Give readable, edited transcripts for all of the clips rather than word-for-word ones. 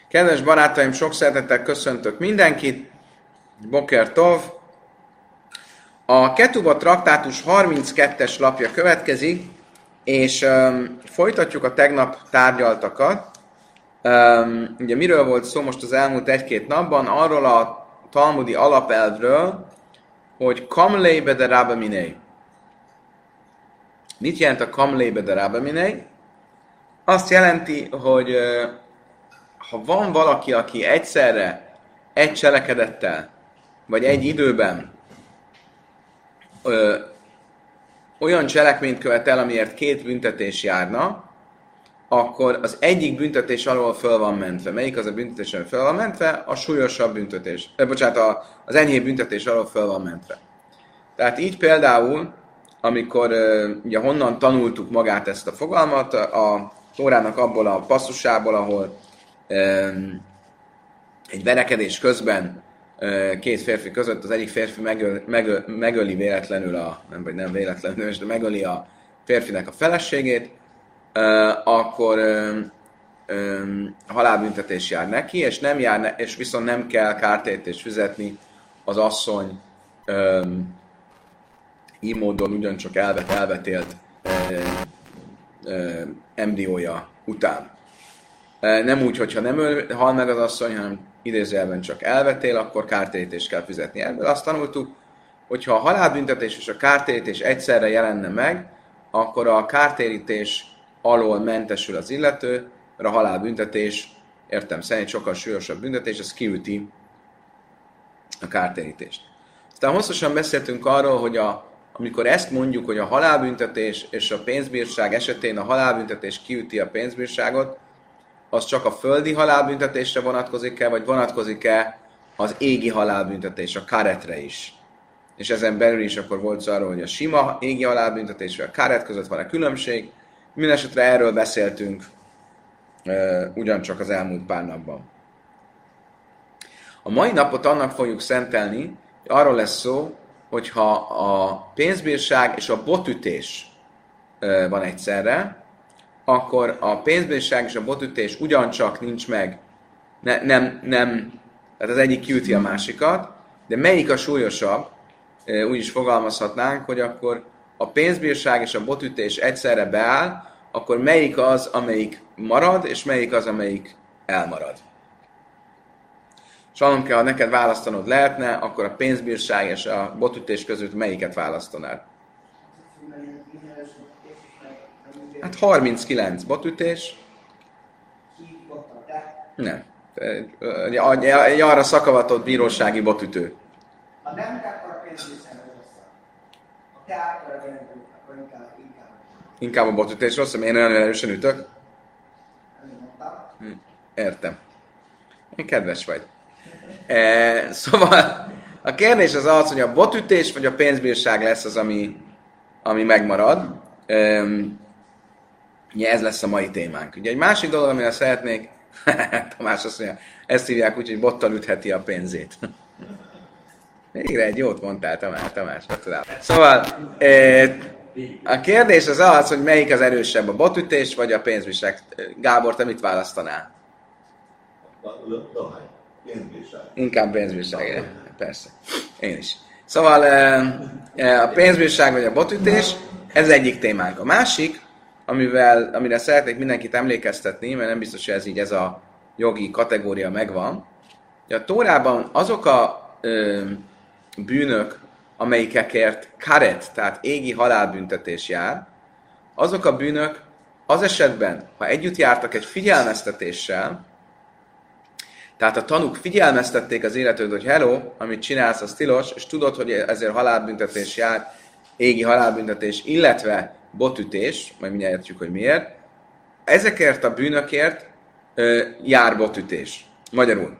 Kedves barátaim, sok szeretettel köszöntök mindenkit. Boker Tov. A Ketuba traktátus 32-es lapja következik, és folytatjuk a tegnap tárgyaltakat. Ugye miről volt szó most az elmúlt egy-két napban? Arról a talmudi alapelvről, hogy kamlébe de rába minei. Mit jelent a kamlébe de rába minei? Azt jelenti, hogy ha van valaki, aki egyszerre egy cselekedettel, vagy egy időben olyan cselekményt követ el, amiért két büntetés járna, akkor az egyik büntetés alól föl van mentve. Melyik az a büntetés, ami föl van mentve? A súlyosabb büntetés. Az enyhébb büntetés alól föl van mentve. Tehát így például, amikor ugye honnan tanultuk magát ezt a fogalmat, a Tórának abból a passzusából, ahol egy verekedés közben két férfi között az egyik férfi megöli véletlenül, nem véletlenül, de megöli a férfinek a feleségét, akkor halálbüntetés jár neki, és viszont nem kell kártérítést fizetni az asszony így módon ugyancsak elvetélt embriója után. Nem úgy, hogyha nem hal meg az asszony, hanem idézőjelben csak elvetél, akkor kártérítést kell fizetni. Ebből azt tanultuk, hogyha a halálbüntetés és a kártérítés egyszerre jelenne meg, akkor a kártérítés alól mentesül az illető, mert a halálbüntetés, értem szerint sokkal súlyosabb büntetés, ez kiüti a kártérítést. Aztán hosszasan beszéltünk arról, hogy amikor ezt mondjuk, hogy a halálbüntetés és a pénzbírság esetén a halálbüntetés kiüti a pénzbírságot, az csak a földi halálbüntetésre vonatkozik-e, vagy vonatkozik-e az égi halálbüntetés, a karetre is. És ezen belül is akkor volt szó arról, hogy a sima égi halálbüntetés és a karet között van-e különbség. Mindenesetre erről beszéltünk ugyancsak az elmúlt pár napban. A mai napot annak fogjuk szentelni, hogy arról lesz szó, hogyha a pénzbírság és a botütés van egyszerre, akkor a pénzbírság és a botütés ugyancsak nincs meg, tehát az egyik kiüti a másikat, de melyik a súlyosabb, úgy is fogalmazhatnánk, hogy akkor a pénzbírság és a botütés egyszerre beáll, akkor melyik az, amelyik marad, és melyik az, amelyik elmarad. Sajnálom kell, ha neked választanod lehetne, akkor a pénzbírság és a botütés között melyiket választanád? Hát 39 botütés. Nem. Egy arra szakavatott bírósági botütő. Ha nem te, akkor a pénzbírság rosszabb. Ha te akarod jelenteni, akkor inkább. Inkább a botütés rosszabb? Én olyan erősen ütök? Nem mondtam. Értem. Én kedves vagy. Szóval a kérdés az, hogy a botütés vagy a pénzbírság lesz az, ami megmarad. Ugye ez lesz a mai témánk. Ugye egy másik dolog, amire szeretnék, Tamás azt mondja, ezt hívják úgy, hogy bottal ütheti a pénzét. Végre egy jót mondtál, Tamás. Szóval a kérdés az, hogy melyik az erősebb, a botütés vagy a pénzbírság. Gábor, te mit választanál? Inkább pénzbírság, persze. Én is. Szóval a pénzbírság vagy a botütés, ez egyik témánk. A másik, amire szeretnék mindenkit emlékeztetni, mert nem biztos, hogy ez a jogi kategória megvan. A Tórában azok a bűnök, amelyikekért karet, tehát égi halálbüntetés jár, azok a bűnök az esetben, ha együtt jártak egy figyelmeztetéssel, tehát a tanúk figyelmeztették az illetőt, hogy hello, amit csinálsz, az tilos, és tudod, hogy ezért halálbüntetés jár, égi halálbüntetés, illetve botütés, majd mindjárt értjük, hogy miért, ezekért a bűnökért jár botütés. Magyarul.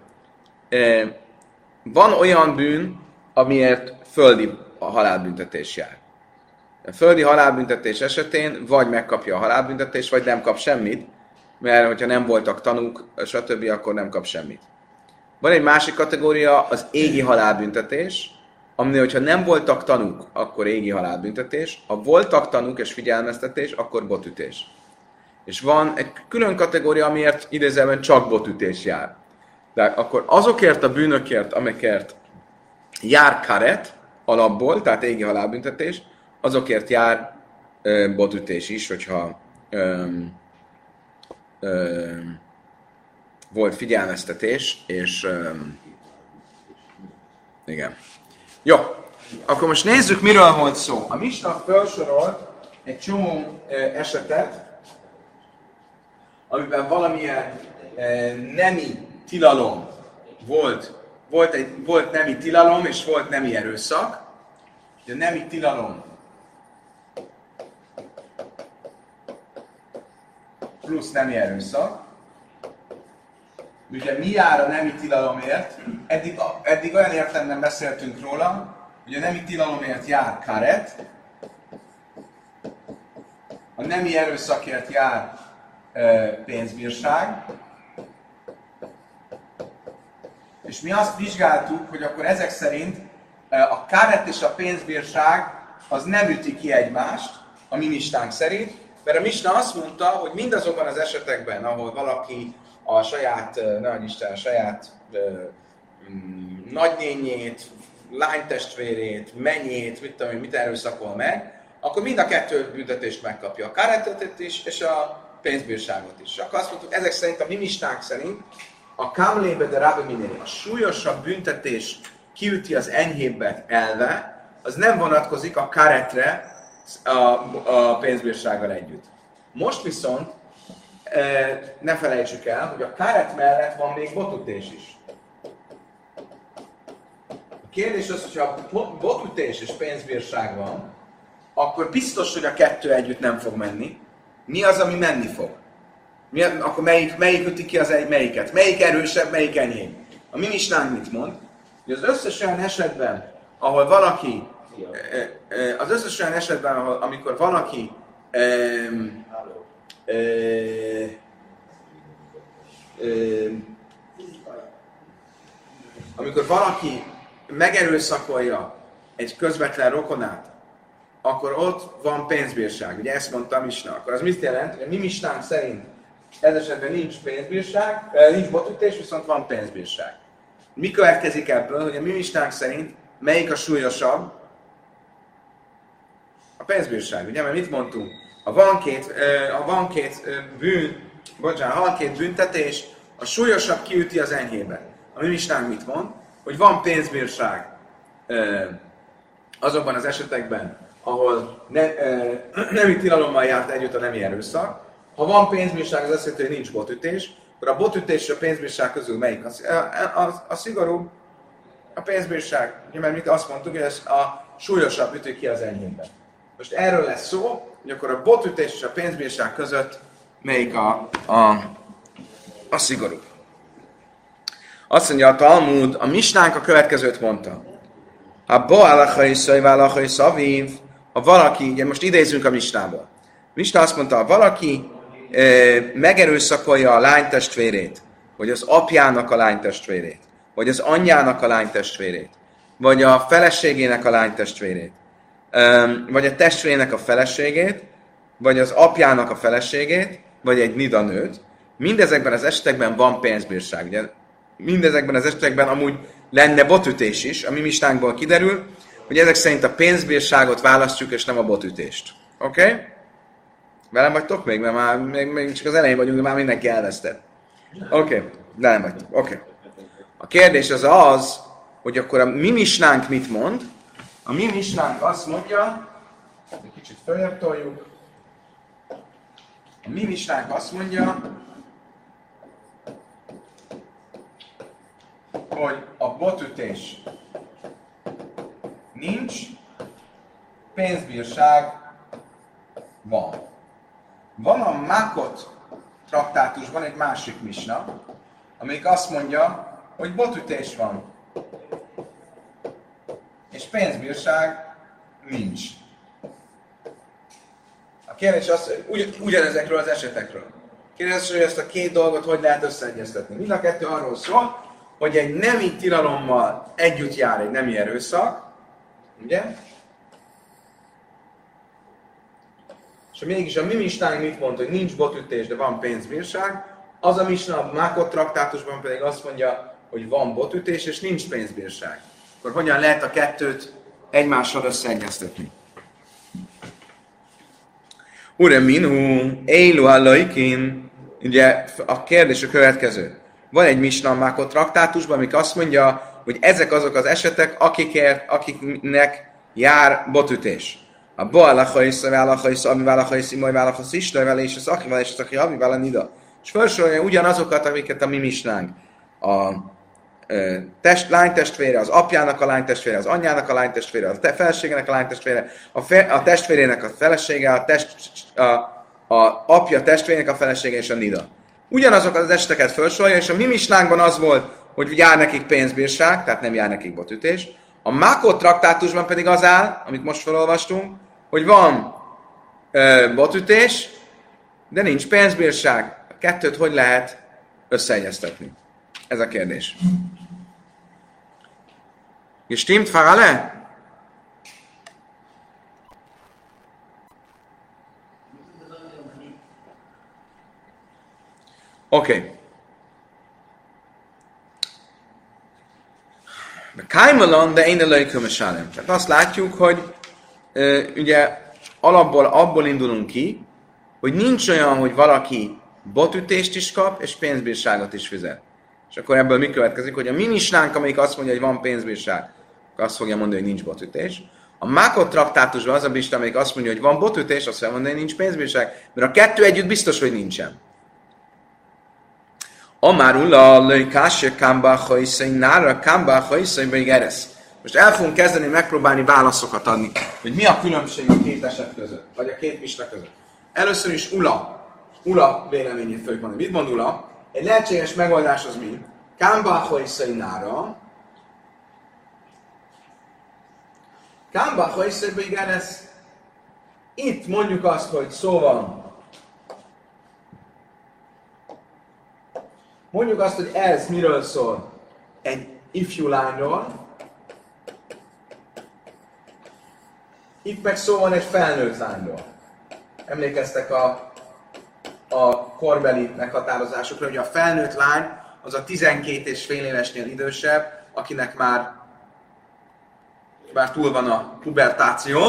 Van olyan bűn, amiért földi a halálbüntetés jár. A földi halálbüntetés esetén vagy megkapja a halálbüntetést, vagy nem kap semmit, mert hogyha nem voltak tanúk, stb., akkor nem kap semmit. Van egy másik kategória, az égi halálbüntetés, aminél, hogyha nem voltak tanúk, akkor égi halálbüntetés, ha voltak tanúk és figyelmeztetés, akkor botütés. És van egy külön kategória, amiért idézőjelben csak botütés jár. De akkor azokért a bűnökért, amikért jár karet alapból, tehát égi halálbüntetés, azokért jár botütés is, hogyha volt figyelmeztetés, és igen. Jó, akkor most nézzük, miről volt szó. A Misna felsorolt egy csomó esetet, amiben valamilyen nemi tilalom volt nemi tilalom, és volt nemi erőszak. A nemi tilalom plusz nemi erőszak. Ugye mi jár a nemi tilalomért? Eddig olyan értelemben beszéltünk róla, hogy a nemi tilalomért jár karet, a nemi erőszakért jár pénzbírság, és mi azt vizsgáltuk, hogy akkor ezek szerint a karet és a pénzbírság az nem üti ki egymást, a mi mistánk szerint, mert a misna azt mondta, hogy mindazokban az esetekben, ahol valaki a saját, a saját nagynényét, lánytestvérét, menyét, mit erőszakol meg, akkor mind a kettő büntetést megkapja, a karetet is, és a pénzbírságot is. Akkor azt mondtuk, ezek szerint, a mi mistánk szerint, a kamlébe de rabbi miné, a súlyosabb büntetés kiüti az enyhébbet elve, az nem vonatkozik a karetre a pénzbírsággal együtt. Most viszont ne felejtsük el, hogy a karet mellett van még botütés is. A kérdés az, hogyha botütés és pénzbírság van, akkor biztos, hogy a kettő együtt nem fog menni. Mi az, ami menni fog? Akkor melyik üti ki az melyiket? Melyik erősebb, melyik enyhébb? A mi misnánk mit mond? Hogy az összes olyan esetben, ahol valaki, amikor valaki amikor valaki megerőszakolja egy közvetlen rokonát, akkor ott van pénzbírság. Ugye ezt mondta a misna. Akkor az mit jelent? Hogy a mi misnánk szerint ez esetben nincs pénzbírság, nincs botütés, viszont van pénzbírság. Mi következik ebből, hogy a mi misnánk szerint melyik a súlyosabb? A pénzbírság. Ugye, mert mit mondtunk? Ha van két büntetés, a súlyosabb kiüti az enyhébe. A mi misnánk mit mond? Hogy van pénzbírság azokban az esetekben, ahol nemi tilalommal járt együtt a nemi erőszak. Ha van pénzbírság, az azt jelenti, hogy nincs botütés, akkor a botütés és a pénzbírság közül melyik? A szigorú, a pénzbírság. Ugye, mert mit azt mondtuk, hogy ez a súlyosabb üti ki az enyhémben. Most erről lesz szó, hogy akkor a botütés és a pénzbírság között melyik a szigorú. Azt mondja a Talmud, a misnánk a következőt mondta. Ha boálachai szajválachai szavív, ha valaki, ugye most idézünk a misnából. Misna azt mondta, ha valaki megerőszakolja a lánytestvérét, vagy az apjának a lánytestvérét, vagy az anyjának a lánytestvérét, vagy a feleségének a lánytestvérét, vagy a testvérének a feleségét, vagy az apjának a feleségét, vagy egy nidanőt, mindezekben az esetekben van pénzbírság. Ugye? Mindezekben az esetekben amúgy lenne botütés is, a mi misnánkból kiderül, hogy ezek szerint a pénzbírságot választjuk, és nem a botütést. Oké? Okay? Velem vagytok még? Mert már még csak az elején vagyunk, de már mindenki elvesztett. Oké, velem vagytok. Oké. A kérdés az, hogy akkor a mi misnánk mit mond? A mi misnánk azt mondja, egy kicsit följebb toljuk, a mi misnánk azt mondja, hogy a botütés nincs, pénzbírság van. Van a Makot traktátusban egy másik misna, amelyik azt mondja, hogy botütés van, és pénzbírság nincs. A kérdés az, hogy ugyanezekről az esetekről. Kérdés, hogy ezt a két dolgot hogy lehet összeegyeztetni. Mind a kettő arról szól, hogy egy nemi tilalommal együtt jár egy nemi erőszak, ugye? És mégis a mi misnánk mit mond, hogy nincs botütés, de van pénzbírság, Az a misna a Mákot traktátusban pedig azt mondja, hogy van botütés és nincs pénzbírság. Akkor hogyan lehet a kettőt egymással összeegyeztetni? Ure minhu, élu allaikin. Ugye a kérdés a következő. Van egy misna a Mákot traktátusban, amik azt mondja, hogy ezek azok az esetek, akiknek jár botütés. A boalachaisz, a válachaisz, ami válachaisz, imaj válachaisz, istővel, és az akivel, és az aki amivel a nida. És felsorolja ugyanazokat, amiket a mi misnánk. A lánytestvére, az apjának a lánytestvére, az anyjának a lánytestvére, a feleségének a lánytestvére, a testvérének a felesége, a apja testvérének a felesége és a nida. Ugyanazokat az eseteket felsorolja, és a mi misnánkban az volt, hogy jár nekik pénzbírság, tehát nem jár nekik botütés. A Mákot traktátusban pedig az áll, amit most felolvastunk, hogy van botütés, de nincs pénzbírság. A kettőt hogy lehet összeegyeztetni? Ez a kérdés. Gestimmt, Farale? Oké. De Kaimalon, de én előjköm a sálem. Tehát azt látjuk, hogy ugye abból indulunk ki, hogy nincs olyan, hogy valaki botütést is kap, és pénzbírságot is fizet. És akkor ebből mi következik, hogy a mi misnánk, amelyik azt mondja, hogy van pénzbírság, akkor azt fogja mondani, hogy nincs botütés. A Mákot traktátusban az a misna, amelyik azt mondja, hogy van botütés, azt fogja mondani, hogy nincs pénzbírság, mert a kettő együtt biztos, hogy nincsen. Amárulla löjkásse kámba hajszai nára, kámba hajszai még eresz. Most el fogunk kezdeni megpróbálni válaszokat adni, hogy mi a különbség a két eset között, vagy a két misna között. Először is Ula véleményét fogjuk mondani. Mit mond Ula? Egy lehetséges megoldás az mi? Kámba hajszai nára, kámba hajszai még eresz. Itt mondjuk azt, hogy szó van. Mondjuk azt, hogy ez miről szól? Egy ifjú lányról. Itt meg szó van egy felnőtt lányról. Emlékeztek a korbeli meghatározásokra, hogy a felnőtt lány az a 12 és fél évesnél idősebb, akinek már túl van a pubertáció.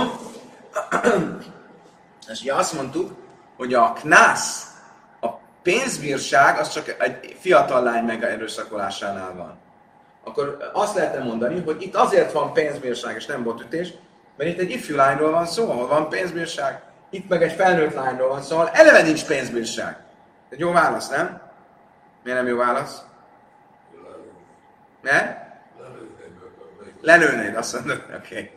És ugye azt mondtuk, hogy a knász, pénzbírság az csak egy fiatal lány megerőszakolásánál van. Akkor azt lehetne mondani, hogy itt azért van pénzbírság és nem botütés, mert itt egy ifjú lányról van szó, ahol van pénzbírság. Itt meg egy felnőtt lányról van szó, ahol eleve nincs pénzbírság. Egy jó válasz, nem? Miért nem jó válasz? Mert? Lelőnéd, azt mondod. Oké.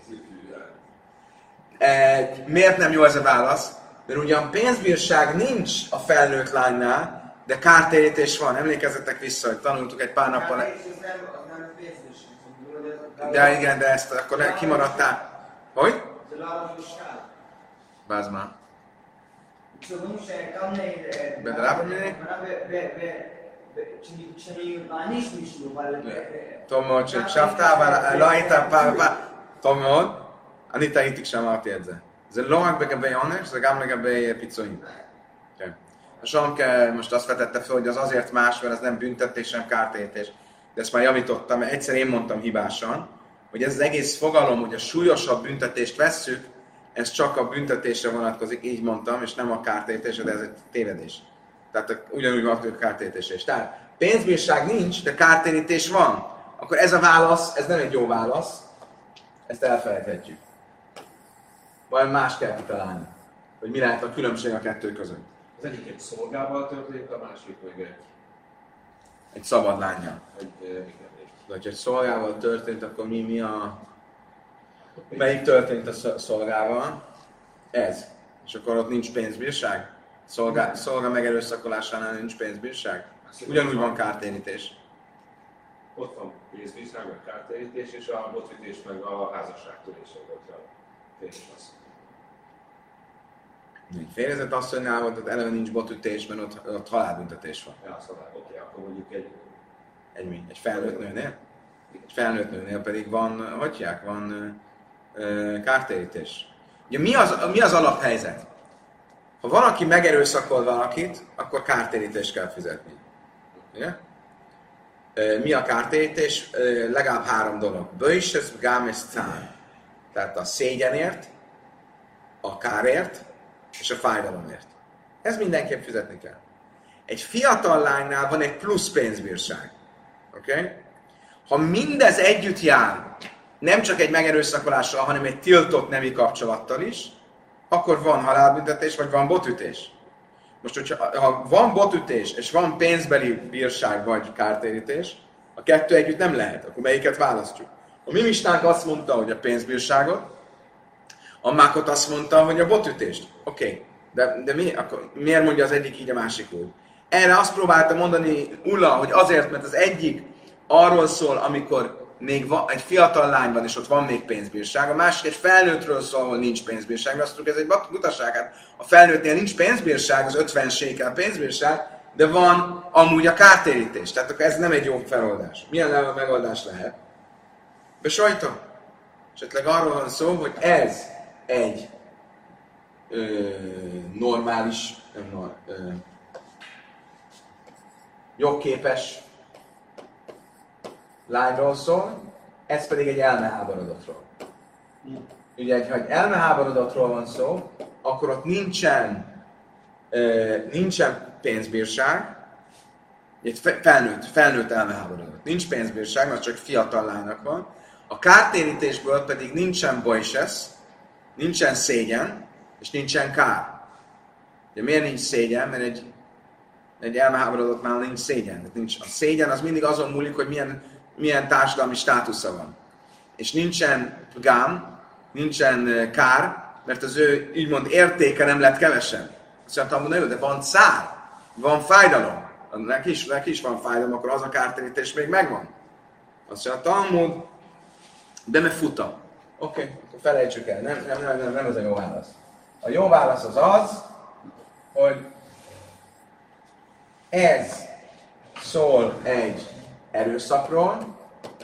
Miért nem jó ez a válasz? Mert ugyan pénzbírság nincs a felnőtt lánynál, de kártérítés van. Emlékezzetek vissza, hogy tanultuk egy pár nappal. De igen, de ezt akkor kimaradtál. Hogy? Bázd már. Tomod, ששפטה, לא היית תומוד, אני טעיתי כשאמרתי את זה. זה לא רק לגבי עונש, זה גם לגבי פיצויים. A Sanke most azt vetette fel, hogy az azért más, mert ez nem büntetés, sem kártérítés. De ezt már javítottam, mert egyszer én mondtam hibásan, hogy ez az egész fogalom, hogy a súlyosabb büntetést vesszük, ez csak a büntetésre vonatkozik, így mondtam, és nem a kártérítésre, de ez egy tévedés. Tehát ugyanúgy van a kártérítés is. Tehát pénzbírság nincs, de kártérítés van. Akkor ez a válasz, ez nem egy jó válasz, ezt elfelejthetjük. Vagy más kell kitalálni, hogy mi lehet a különbség a kettő között. Az egyik egy szolgával történik, a másik meg egy szabad lánnyal. De ha egy szolgával történt, akkor mi a... Melyik történt a szolgával? Ez. És akkor ott nincs pénzbírság? Szolga megerőszakolásánál nincs pénzbírság? Ugyanúgy van kártérítés. Ott van pénzbírság, meg kártérítés, és a botütés meg a házasságtörése volt a férjes asszony. Férjezett asszonynál volt, ott eleve nincs botütés, mert ott halálbüntetés van. Ja, szóval, oké, akkor mondjuk egy felnőtt nőnél? Egy felnőtt nőnél pedig van, van kártérítés. Ugye mi az alaphelyzet? Ha valaki megerőszakol valakit, akkor kártérítést kell fizetni. Ugye? Mi a kártérítés? Legalább 3 dolog. Böjses, gám és cán. Tehát a szégyenért, a kárért és a fájdalomért. Ez mindenképp fizetni kell. Egy fiatal lánynál van egy plusz pénzbírság. Okay? Ha mindez együtt jár, nem csak egy megerőszakolással, hanem egy tiltott nemi kapcsolattal is, akkor van halálbüntetés, vagy van botütés. Most, ha van botütés, és van pénzbeli bírság, vagy kártérítés, a kettő együtt nem lehet. Akkor melyiket választjuk? A mi mistánk azt mondta, hogy a pénzbírságot, a Mákot azt mondta, hogy a botütést. Oké, de miért mondja az egyik így, a másik úgy? Erre azt próbálta mondani Ulla, hogy azért, mert az egyik arról szól, amikor még egy fiatal lány van, és ott van még pénzbírság, a másik egy felnőttről szól, ahol nincs pénzbírság. Azt tudjuk, ez egy butaság. Hát a felnőttnél nincs pénzbírság, az 50 sékel pénzbírság, de van amúgy a kártérítés. Tehát akkor ez nem egy jó feloldás. Milyen megoldás lehet? Besajta. Esetleg arról van szó, hogy ez egy normális, jogképes lányról szól, ez pedig egy elmeháborodottról. Ugye, ha egy elmeháborodottról van szó, akkor ott nincsen pénzbírság, egy felnőtt elmeháborodott. Nincs pénzbírság, mert csak fiatal lánynak van. A kártérítésből pedig nincsen bojsesz, nincsen szégyen, és nincsen kár. Ugye miért nincs szégyen? Mert egy elmeháborodottnál nincs szégyen. A szégyen az mindig azon múlik, hogy milyen társadalmi státusza van. És nincsen gám, nincsen kár, mert az ő úgymond értéke nem lett kevesebb. Azt mondtam, na jó, de van szár, van fájdalom. Neki is van fájdalom, akkor az a kártérítés még megvan. Azt mondja, Talmud, de me futam. Oké, akkor felejtsük el. Nem ez a jó válasz. A jó válasz az, hogy ez szól egy erőszakról,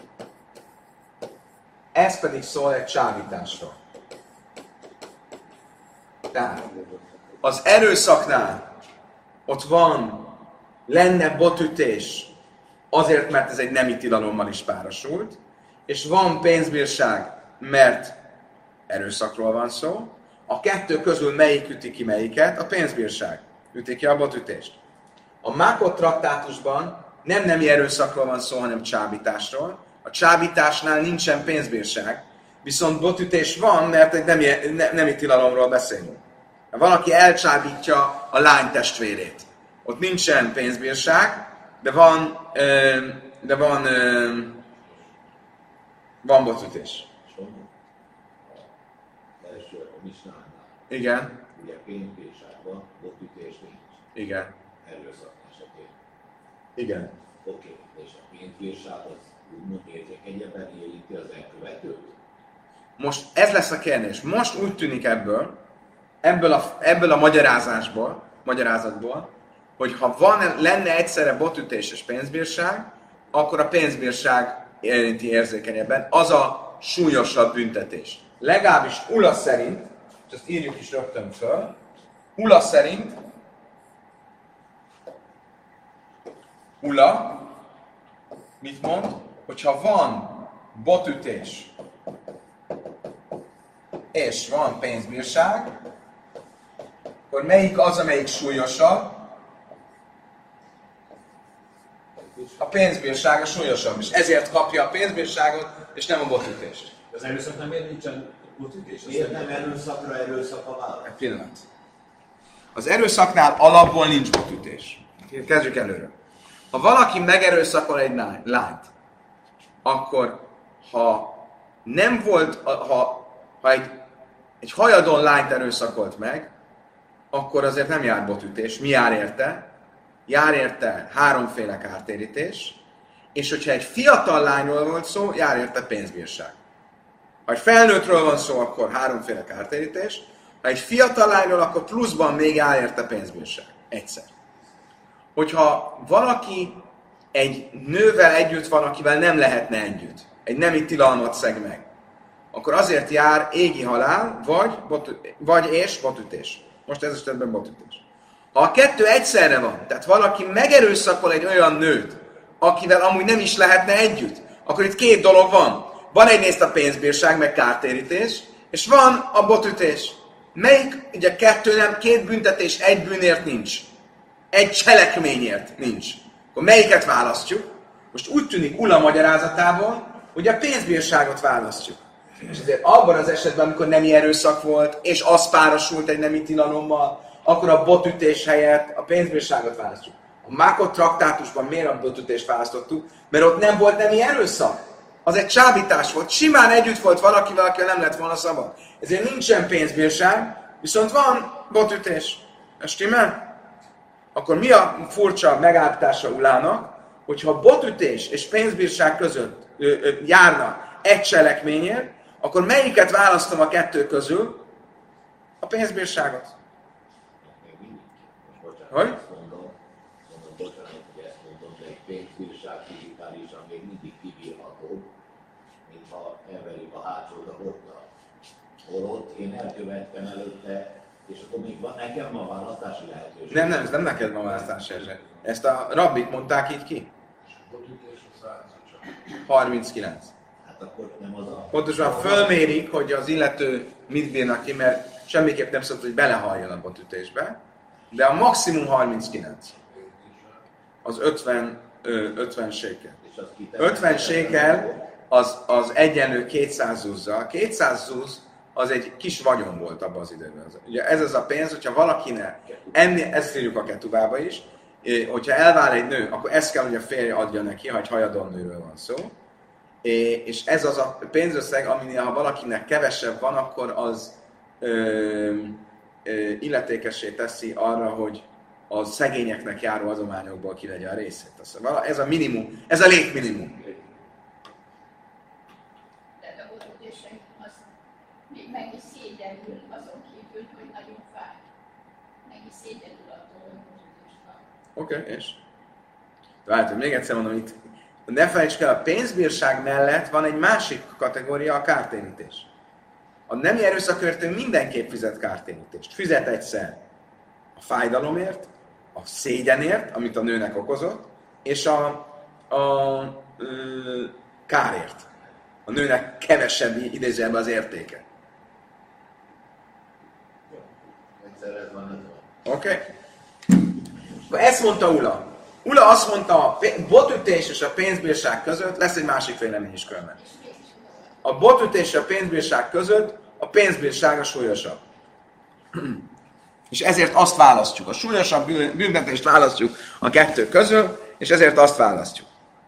ez pedig szól egy csábításról. Tehát az erőszaknál ott lenne botütés azért, mert ez egy nemi tilalommal is párosult, és van pénzbírság, mert erőszakról van szó. A kettő közül melyik üti ki melyiket? A pénzbírság üti ki a botütést. A Mákot traktátusban nem nemi erőszakról van szó, hanem csábításról. A csábításnál nincsen pénzbírság, viszont botütés van, mert egy nemi tilalomról beszélünk. Ha valaki elcsábítja a lány testvérét, ott nincsen pénzbírság, de van botütés. Igen. Ugye pénzbírságban botütés nincs. Igen. Erőszak esetén. Igen. Oké, és a pénzbírság az úgymond érzékenyebben érinti az elkövetőt? Most ez lesz a kérdés. Most úgy tűnik ebből a magyarázatból, hogy ha lenne egyszerre botütés és pénzbírság, akkor a pénzbírság érinti érzékenyebben. Az a súlyosabb büntetés. Legalábbis Ulla szerint, és ezt írjuk is rögtön föl, Ulla szerint, Ulla mit mond? Hogyha van botütés és van pénzbírság, akkor melyik az, amelyik súlyosabb? A pénzbírság a súlyosabb, és ezért kapja a pénzbírságot, és nem a botütést. Az erőszaknál miért nincsen botütés? Miért nem erőszakra erőszak a válasz? Egy pillanat. Az erőszaknál alapból nincs botütés. Kezdjük előre. Ha valaki megerőszakol egy lányt, akkor ha nem volt, ha egy hajadon lányt erőszakolt meg, akkor azért nem jár botütés. Mi jár érte? Jár érte 3 kártérítés, és hogyha egy fiatal lányról volt szó, jár érte pénzbírság. Ha egy felnőttről van szó, akkor 3 kártérítés, ha egy fiatal lányról, akkor pluszban még jár érte pénzbírság. Egyszer. Hogyha valaki egy nővel együtt van, akivel nem lehetne együtt, egy nemi tilalmat szeg meg, akkor azért jár égi halál, vagy és botütés. Most ez esetben botütés. Ha a kettő egyszerre van, tehát valaki megerőszakol egy olyan nőt, akivel amúgy nem is lehetne együtt, akkor itt két dolog van. Van egyrészt a pénzbírság, meg kártérítés, és van a botütés. Melyik, ugye két büntetés egy bűnért nincs. Egy cselekményért nincs. Akkor melyiket választjuk? Most úgy tűnik Ula magyarázatából, hogy a pénzbírságot választjuk. És ezért abban az esetben, amikor nemi erőszak volt, és az párosult egy nemi tilalommal, akkor a botütés helyett a pénzbírságot választjuk. A Mákot traktátusban miért a botütést választottuk? Mert ott nem volt nemi erőszak. Az egy csábítás volt. Simán együtt volt valakivel, akivel nem lett volna szabad. Ezért nincsen pénzbírság, viszont van botütés. Ez stimmel? Akkor mi a furcsa megállapítása Ulának, hogyha botütés és pénzbírság között járna egy cselekményért, akkor melyiket választom a kettő közül? A pénzbírságot. Még mindig. Most bocsánat, Hogy? azt mondom, bocsánat, hogy ezt mondom, de egy pénzbírság fizikálisan még mindig kibírhatóbb, mintha elverik a hátsót a botta. Holott én elkövettem előtte, és akkor még van, nekem van választási lehetőség. Nem, ez nem neked van választás ezzel. Ezt a rabbik mondták így ki. 39. Hát akkor nem az a... Pontosan fölmérik, hogy az illető mit bírnak ki, mert semmiképp nem szabad, hogy belehalljon a botütésbe, de a maximum 39. Az 50 sékel. És az 50 sékel az egyenlő 200 zúzzal. 200 zúz az egy kis vagyon volt abban az időben. Ugye ez az a pénz, hogyha valakinek, ezt írjuk a ketubába is, hogyha elvál egy nő, akkor ezt kell, hogy a férje adja neki, ha egy hajadon nőről van szó. És ez az a pénzösszeg, aminél ha valakinek kevesebb van, akkor az illetékessé teszi arra, hogy a szegényeknek járó adományokból kivegye a részét. Szóval ez a minimum, ez a létminimum. De a botütések az még meg is szégyenül azon kívül, hogy nagyon fáj. Meg is szégyenül attól, hogy botütés van. Oké, és? Várjátok, még egyszer mondom, itt ne felejtsd el, a pénzbírság mellett van egy másik kategória, a kártérítés. A nemi erőszakörtő mindenképp fizet kártérítést. Fizet egyszer a fájdalomért, a szégyenért, amit a nőnek okozott, és a kárért. A nőnek kevesebb idézőjelben az értéke. egyszer ez van. Oké? Ezt mondta Ula. Ula azt mondta, a botütés és a pénzbírság között lesz egy másik vélemény is különben. A botütés és a pénzbírság között a pénzbírság a súlyosabb. És ezért azt választjuk. A súlyosabb büntetést választjuk a kettő közül, és ezért azt választjuk.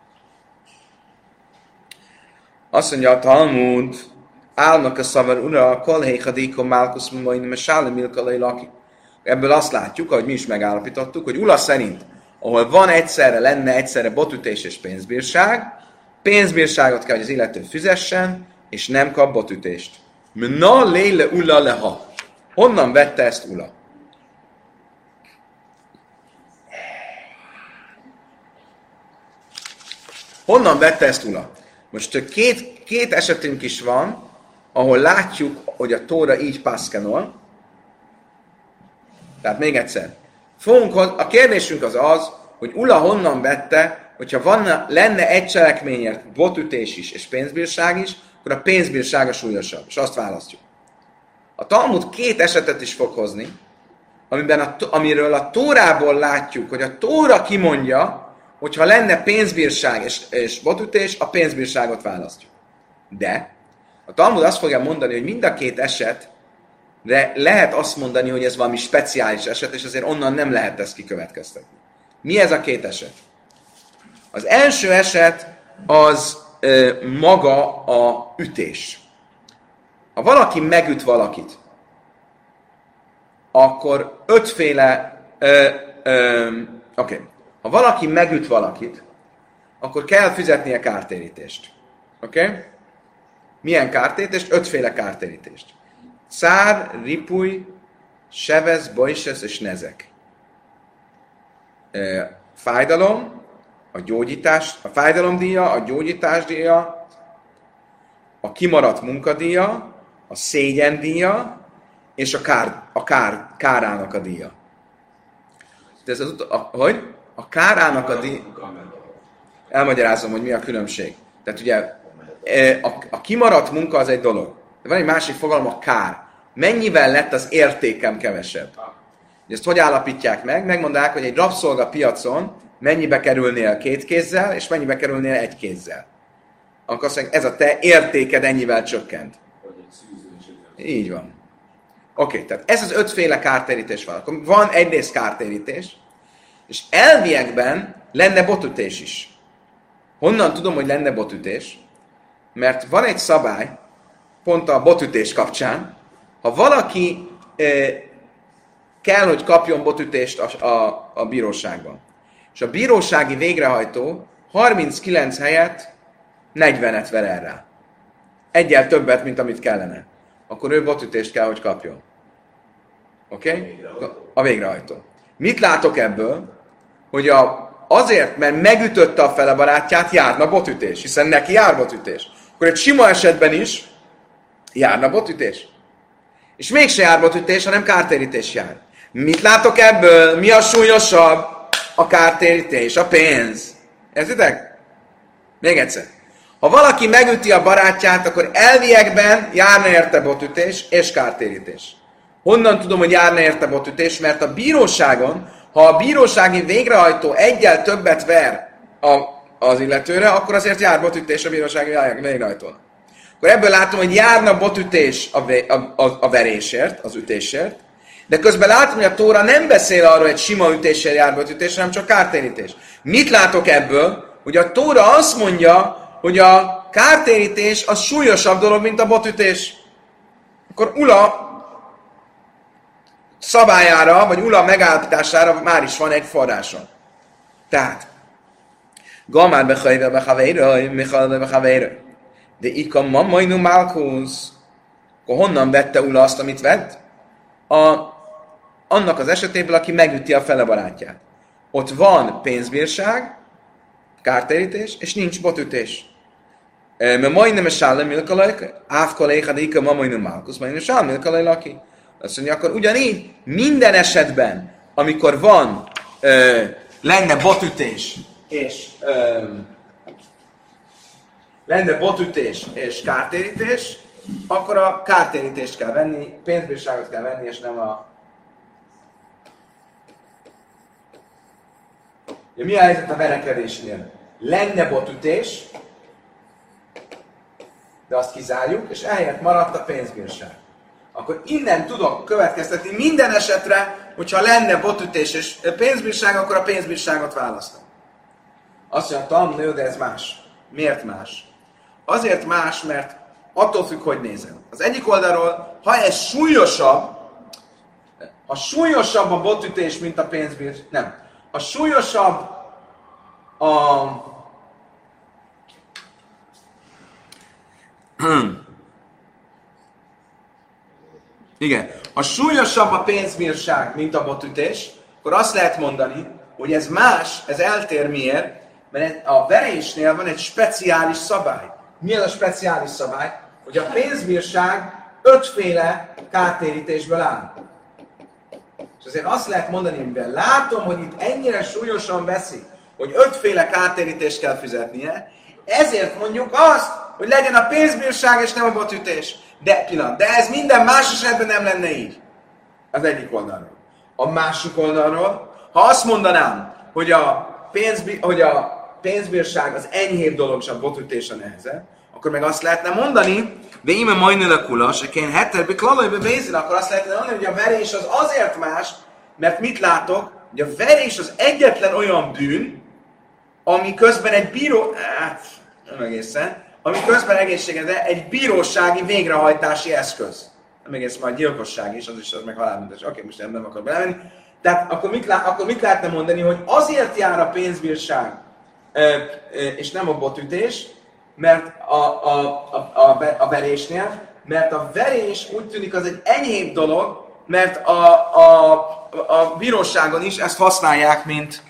Azt mondja a Talmud, állnak a szavar ura, kolhéjhadékom málkusz mamain, mesáli milkalai laki. Ebből azt látjuk, ahogy mi is megállapítottuk, hogy Ula szerint, ahol lenne egyszerre botütés és pénzbírság, pénzbírságot kell, hogy az illető fizessen, és nem kap botütést. Na léle Ula leha. Honnan vette ezt Ula? Honnan vette ezt Ula? Most két esetünk is van, ahol látjuk, hogy a Tóra így paszkenol. Tehát még egyszer. A kérdésünk az, hogy Ula honnan vette, hogyha lenne egy cselekményért botütés is és pénzbírság is, akkor a pénzbírság a súlyosabb, és azt választjuk. A Talmud két esetet is fog hozni, amiről a Tórából látjuk, hogy a Tóra kimondja, hogyha lenne pénzbírság és botütés, a pénzbírságot választjuk. De a Talmud azt fogja mondani, hogy mind a két esetre lehet azt mondani, hogy ez valami speciális eset, és azért onnan nem lehet ezt kikövetkeztetni. Mi ez a két eset? Az első eset az maga a ütés. Ha valaki megüt valakit, akkor Ha valaki megüt valakit, akkor kell fizetnie kártérítést. Oké? Milyen kártérítést? 5 kártérítést. Szár, ripuj, sevez, bojsesz és nezek. Fájdalom, a fájdalomdíja, a gyógyításdíja, a kimaradt munkadíja, a szégyendíja és a kárának a díja. Ez hogy? A kárának elmagyarázom, hogy mi a különbség. Tehát ugye a kimaradt munka az egy dolog. De van egy másik fogalom, a kár. Mennyivel lett az értékem kevesebb? Ezt hogy állapítják meg? Megmondják, hogy egy rabszolga piacon mennyibe kerülnél 2 kézzel, és mennyibe kerülnél 1 kézzel. Akkor azt mondják, ez a te értéked ennyivel csökkent. Így van. Oké, tehát ez az 5 féle kártérítés van. Akkor van egyrészt kártérítés, és elviekben lenne botütés is. Honnan tudom, hogy lenne botütés? Mert van egy szabály, pont a botütés kapcsán, ha valaki kell, hogy kapjon botütést a bíróságban, és a bírósági végrehajtó 39 helyett 40-et ver el rá. Egyel többet, mint amit kellene. Akkor ő botütést kell, hogy kapjon. Oké? A végrehajtó. Mit látok ebből? Hogy azért, mert megütötte a fele barátját, járna botütés, hiszen neki jár botütés. Akkor egy sima esetben is járna botütés. És mégse jár botütés, hanem kártérítés jár. Mit látok ebből? Mi a súlyosabb? A kártérítés, a pénz. Értitek? Még egyszer. Ha valaki megüti a barátját, akkor elviekben járna érte botütés és kártérítés. Honnan tudom, hogy járna érte botütés? Mert a bíróságon, ha a bírósági végrehajtó egyel többet ver az illetőre, akkor azért jár botütés a bírósági végrehajtónak. Akkor ebből látom, hogy járna botütés a verésért, az ütésért, de közben látom, hogy a Tóra nem beszél arról, hogy egy sima ütésért jár botütés, hanem csak kártérítés. Mit látok ebből? Hogy a Tóra azt mondja, hogy a kártérítés az súlyosabb dolog, mint a botütés. Akkor Ula szabályára, vagy Ula megállapítására már is van egy forráson. Tehát, Gamár bechajve bechaveira, Michal bechaveira. De ikam mamajnu Malkusz. Akkor honnan vette Ula azt, amit vett? Annak az esetéből, aki megüti a fele barátját. Ott van pénzbírság, kártérítés, és nincs botütés. Mert majdnem esállem milkalajk, ávkalajka, de ikam mamajnu Malkusz, majdnem esállem milkalajlaki. Azt mondja, akkor ugyanígy minden esetben, amikor van, lenne botütés és kártérítés, akkor a kártérítést kell venni, pénzbírságot kell venni, és nem a... Ja, mi a helyzet a verekedésnél? Lenne botütés, de azt kizárjuk, és ehelyett maradt a pénzbírság. Akkor innen tudok következtetni minden esetre, hogyha lenne botütés és pénzbírság, akkor a pénzbírságot választom. Azt mondja, de ez más. Miért más? Azért más, mert attól függ, hogy nézem. Az egyik oldalról, ha ez súlyosabb, a botütés, mint a pénzbírság, nem. A súlyosabb igen. Ha súlyosabb a pénzbírság, mint a botütés, akkor azt lehet mondani, hogy ez más, ez eltér miért, mert a verésnél van egy speciális szabály. Mi az a speciális szabály? Hogy a pénzbírság 5 féle kártérítésből áll. És azért azt lehet mondani, mivel látom, hogy itt ennyire súlyosan veszi, hogy 5 féle kártérítést kell fizetnie, ezért mondjuk azt, hogy legyen a pénzbírság és nem a botütés. De ez minden más esetben nem lenne így. Az egyik oldalról. A másik oldalról, ha azt mondanám, hogy a pénzbírság az enyhébb dolog, és a botütés a nehezebb, akkor meg azt lehetne mondani, de íme majdnem a kulas, én heterbe klalajbe bézin, akkor azt lehetne mondani, hogy a verés az azért más, mert mit látok, hogy a verés az egyetlen olyan bűn, ami közben egy nem egészen, ami közben egészségedre egy bírósági végrehajtási eszköz. Nem egész majd gyilkosság is, az meg halálbüntetés. Oké, most nem akar belemenni. Tehát akkor mit lehetne mondani, hogy azért jár a pénzbírság és nem a botütés, mert a verésnél, mert a verés úgy tűnik az egy enyhébb dolog, mert a bíróságon is ezt használják,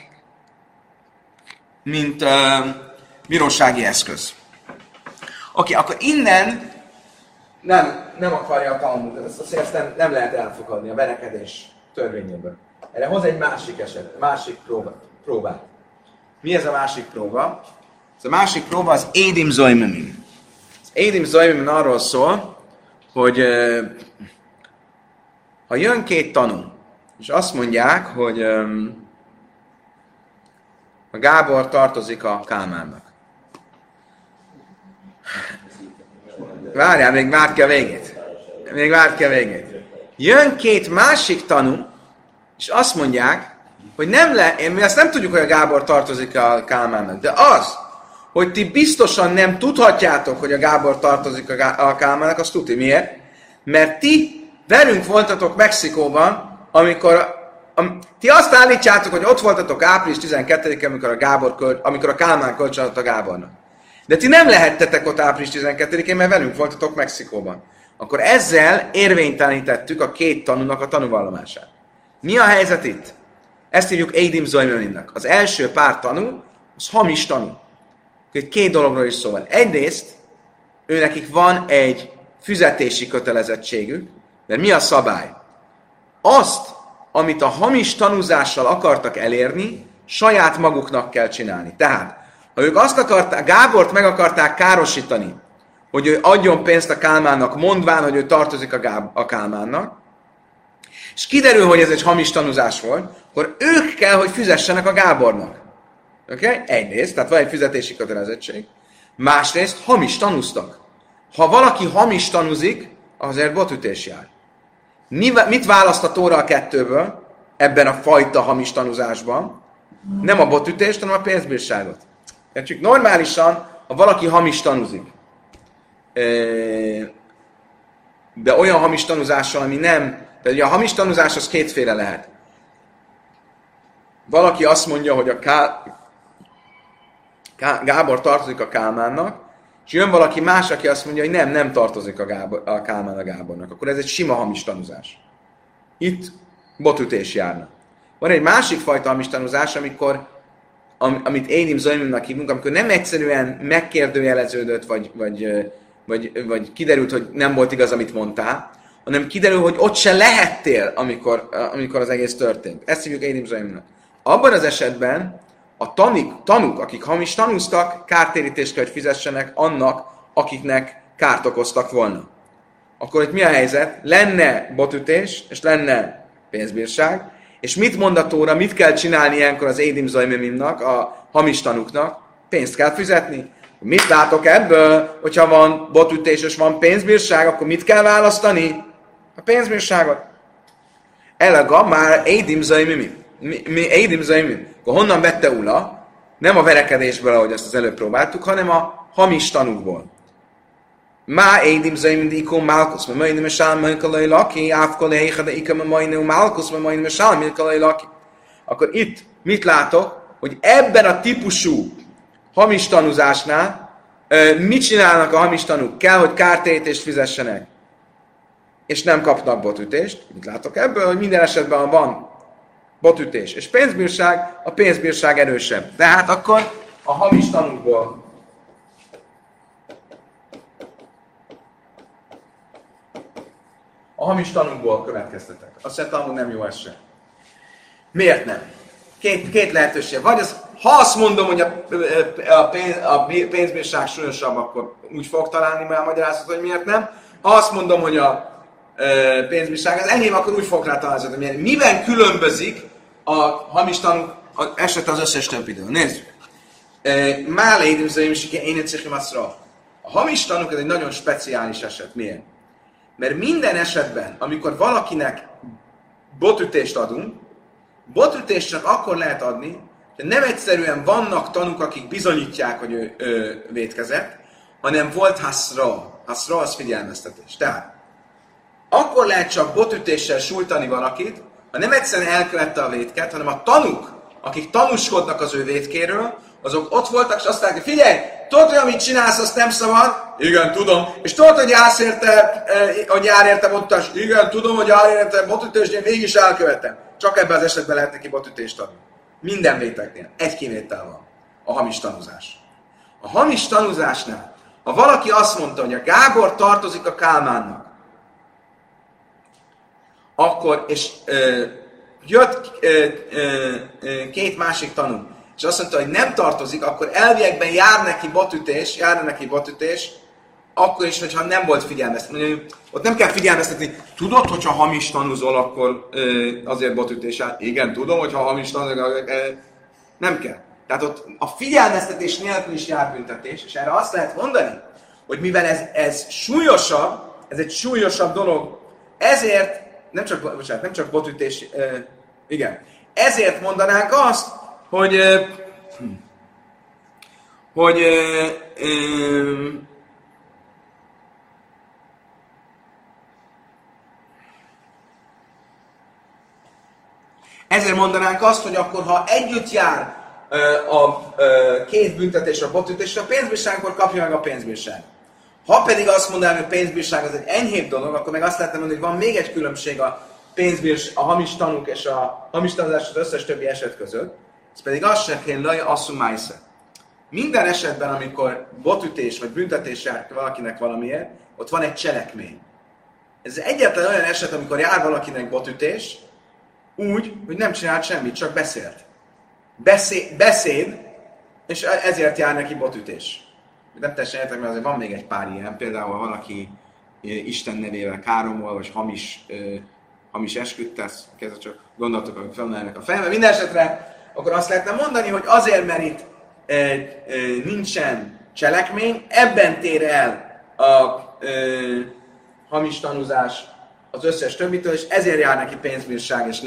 mint bírósági eszköz. Oké, akkor innen nem akarja a Talmud, ezt nem lehet elfogadni a verekedés törvényéből. erre hoz egy másik próbát. Mi ez a másik próba? Ez a másik próba az Édim Zoimimim. Az Édim Zoimimim arról szól, hogy ha jön két tanú, és azt mondják, hogy a Gábor tartozik a Kálmánnak. Várjál, még várd ki a végét. Jön két másik tanú, és azt mondják, hogy mi azt nem tudjuk, hogy a Gábor tartozik a Kálmánnak, de az, hogy ti biztosan nem tudhatjátok, hogy a Gábor tartozik a Kálmánnak, azt tudni. Miért? Mert ti velünk voltatok Mexikóban, ti azt állítjátok, hogy ott voltatok április 12-én, amikor a Kálmán kölcsönadott a Gábornak. De ti nem lehettetek ott április 12-én, mert velünk voltatok Mexikóban. Akkor ezzel érvénytelenítettük a két tanúnak a tanúvallomását. Mi a helyzet itt? Ezt hívjuk Édim Zoimimimnak. Az első pár tanú, az hamis tanú. Itt két dologról is szó van. Egyrészt, nekik van egy fizetési kötelezettségük, mert mi a szabály? Azt, amit a hamis tanúzással akartak elérni, saját maguknak kell csinálni. Tehát, ha ők azt akarták, Gábort meg akarták károsítani, hogy ő adjon pénzt a Kálmánnak, mondván, hogy ő tartozik a Kálmánnak, és kiderül, hogy ez egy hamis tanúzás volt, akkor ők kell, hogy fizessenek a Gábornak. Okay? Egyrészt, tehát van egy fizetési kötelezettség. Másrészt hamis tanúztak. Ha valaki hamis tanúzik, azért botütés jár. Mit választ a Tóra a kettőből ebben a fajta hamis tanúzásban? Nem a botütést, hanem a pénzbírságot. Csak normálisan, ha valaki hamis tanúzik, de olyan hamis tanúzással, ami nem... Tehát ugye a hamis tanúzás az kétféle lehet. Valaki azt mondja, hogy a Gábor tartozik a Kálmánnak, és jön valaki más, aki azt mondja, hogy nem tartozik a Kálmán a Gábornak. Akkor ez egy sima hamis tanúzás. Itt botütés járna. Van egy másik fajta hamis tanúzás, amit Édim Zoimimnak hívunk, amikor nem egyszerűen megkérdőjeleződött, vagy kiderült, hogy nem volt igaz, amit mondtál, hanem kiderül, hogy ott se lehettél, amikor az egész történt. Ezt hívjuk Édim Zoimimnak. Abban az esetben a tanúk, akik hamis tanúztak, kártérítést kell, hogy fizessenek annak, akiknek kárt okoztak volna. Akkor itt mi a helyzet? Lenne botütés, és lenne pénzbírság, és mit mond a Tóra, mit kell csinálni ilyenkor az Édim Zoimimimnak, a hamis tanúknak? Pénzt kell fizetni. Mit látok ebből, hogyha van botütés és van pénzbírság, akkor mit kell választani? A pénzbírságot. Elega már Édim Zoimimim. Édim Zoimimim. Akkor honnan vette Ula? Nem a verekedésből, ahogy azt az előbb próbáltuk, hanem a hamis tanúkból. Má Édim Zoimimim ikum Malkusz, mert majdnem esál Milkalai Laki, Ávkol Éha, de ikum majdnem Malkusz, mert majdnem esál Milkalai Laki. Akkor itt mit látok? Hogy ebben a típusú hamis tanúzásnál mit csinálnak a hamis tanúk? Kell, hogy kártérítést fizessenek, és nem kapnak botütést. Mit látok ebből? Hogy minden esetben van botütés és pénzbírság, a pénzbírság erősebb. Tehát akkor a hamis tanúkból következtetek. Azt mondtam, nem jó ez sem. Miért nem? Két lehetőség. Vagy ha azt mondom, hogy a pénzbírság súlyosabb, akkor úgy fog találni már a magyarázat, hogy miért nem. Ha azt mondom, hogy a pénzbírság az enyém, akkor úgy fog rá találni, hogy miért. Miben különbözik a hamis tanúk eset az összes többidől? Nézzük. Mála Édim Zoimimim én egyszerűen a hamis tanúk ez egy nagyon speciális eset. Miért? Mert minden esetben, amikor valakinek botütést adunk, botütést csak akkor lehet adni, hogy nem egyszerűen vannak tanúk, akik bizonyítják, hogy ő vétkezett, hanem volt haszra. Haszra az figyelmeztetés. Tehát akkor lehet csak botütéssel sújtani valakit, ha nem egyszerűen elkövette a vétket, hanem a tanúk, akik tanúskodnak az ő vétkéről, azok ott voltak, és azt mondták, hogy figyelj, tudod, hogy amit csinálsz, azt nem szabad? Igen, tudom. És tudod, hogy jár érte botütés? Igen, tudom, hogy jár érte botütés, de én végig is elkövettem. Csak ebben az esetben lehet neki botütést adni. Minden véteknél. Egy kivétel van. A hamis tanúzás. A hamis tanúzásnál, ha valaki azt mondta, hogy a Gábor tartozik a Kálmánnak, akkor, jött két másik tanú, és azt mondta, hogy nem tartozik, akkor elviekben jár neki botütés, akkor is, hogyha nem volt figyelmeztetni. Ott nem kell figyelmeztetni. Tudod, hogyha hamis tanúzol, akkor azért botütés áll. Igen, tudom, hogyha hamis tanúzol, nem kell. Tehát ott a figyelmeztetés nélkül is jár büntetés, és erre azt lehet mondani, hogy mivel ez súlyosabb, ez egy súlyosabb dolog, ezért, nem csak botütés, igen, ezért mondanánk azt, hogy ezért mondanánk azt, hogy akkor, ha együtt jár a két büntetés, a botütés, a pénzbírságkor kapja meg a pénzbírság. Ha pedig azt mondanám, hogy a pénzbírság az egy enyhébb dolog, akkor meg azt lehetne mondani, hogy van még egy különbség a hamis tanúk és a hamis tanúzás az összes többi eset között. Ez pedig az se kell laj asszumájsze. Minden esetben, amikor botütés vagy büntetés jár valakinek valamiért, ott van egy cselekmény. Ez egyetlen olyan eset, amikor jár valakinek botütés, úgy, hogy nem csinált semmit, csak beszélt. Beszéd, és ezért jár neki botütés. Nem teljesen értek, mert azért van még egy pár ilyen. Például, ha valaki Isten nevével káromol, vagy hamis esküt tesz, kezdve csak gondolatok, amik felmennek a fejembe. Minden esetre akkor azt lehetne mondani, hogy azért, mert itt nincsen cselekmény, ebben tér el a hamis tanúzás az összes többitől, és ezért jár neki pénzbírság, és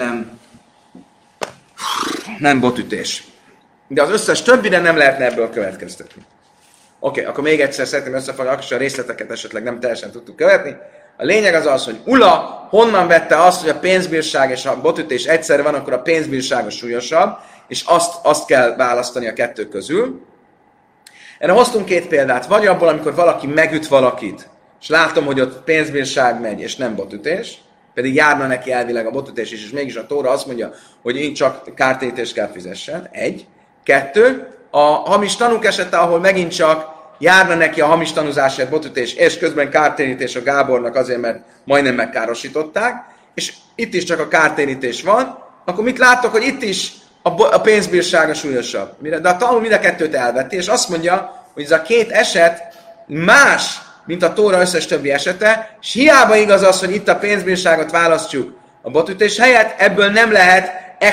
nem botütés. De az összes többire nem lehetne ebből következtetni. Oké, akkor még egyszer szeretném összefoglalni, akkor a részleteket esetleg nem teljesen tudtuk követni. A lényeg az az, hogy Ula honnan vette azt, hogy a pénzbírság és a botütés egyszerre van, akkor a pénzbírság a súlyosabb, és azt kell választani a kettő közül. Erre hoztunk két példát. Vagy abból, amikor valaki megüt valakit, és látom, hogy ott pénzbírság megy, és nem botütés, pedig járna neki elvileg a botütés is, és mégis a Tóra azt mondja, hogy én csak kártérítést kell fizessen. 1. 2. A hamis tanúk esete, ahol megint csak járna neki a hamis tanúzásért botütés, és közben kártérítés a Gábornak azért, mert majdnem megkárosították, és itt is csak a kártérítés van, akkor mit látok, hogy itt is a pénzbírság a súlyosabb. De a tanul mind a kettőt elvetti, és azt mondja, hogy ez a két eset más, mint a Tóra összes többi esete, és hiába igaz az, hogy itt a pénzbírságot választjuk a botütés helyett, ebből nem lehet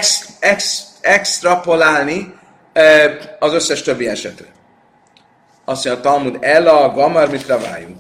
extrapolálni az összes többi esetre. Azt mondja, a Talmud Ella, Gamar, mit raváljunk.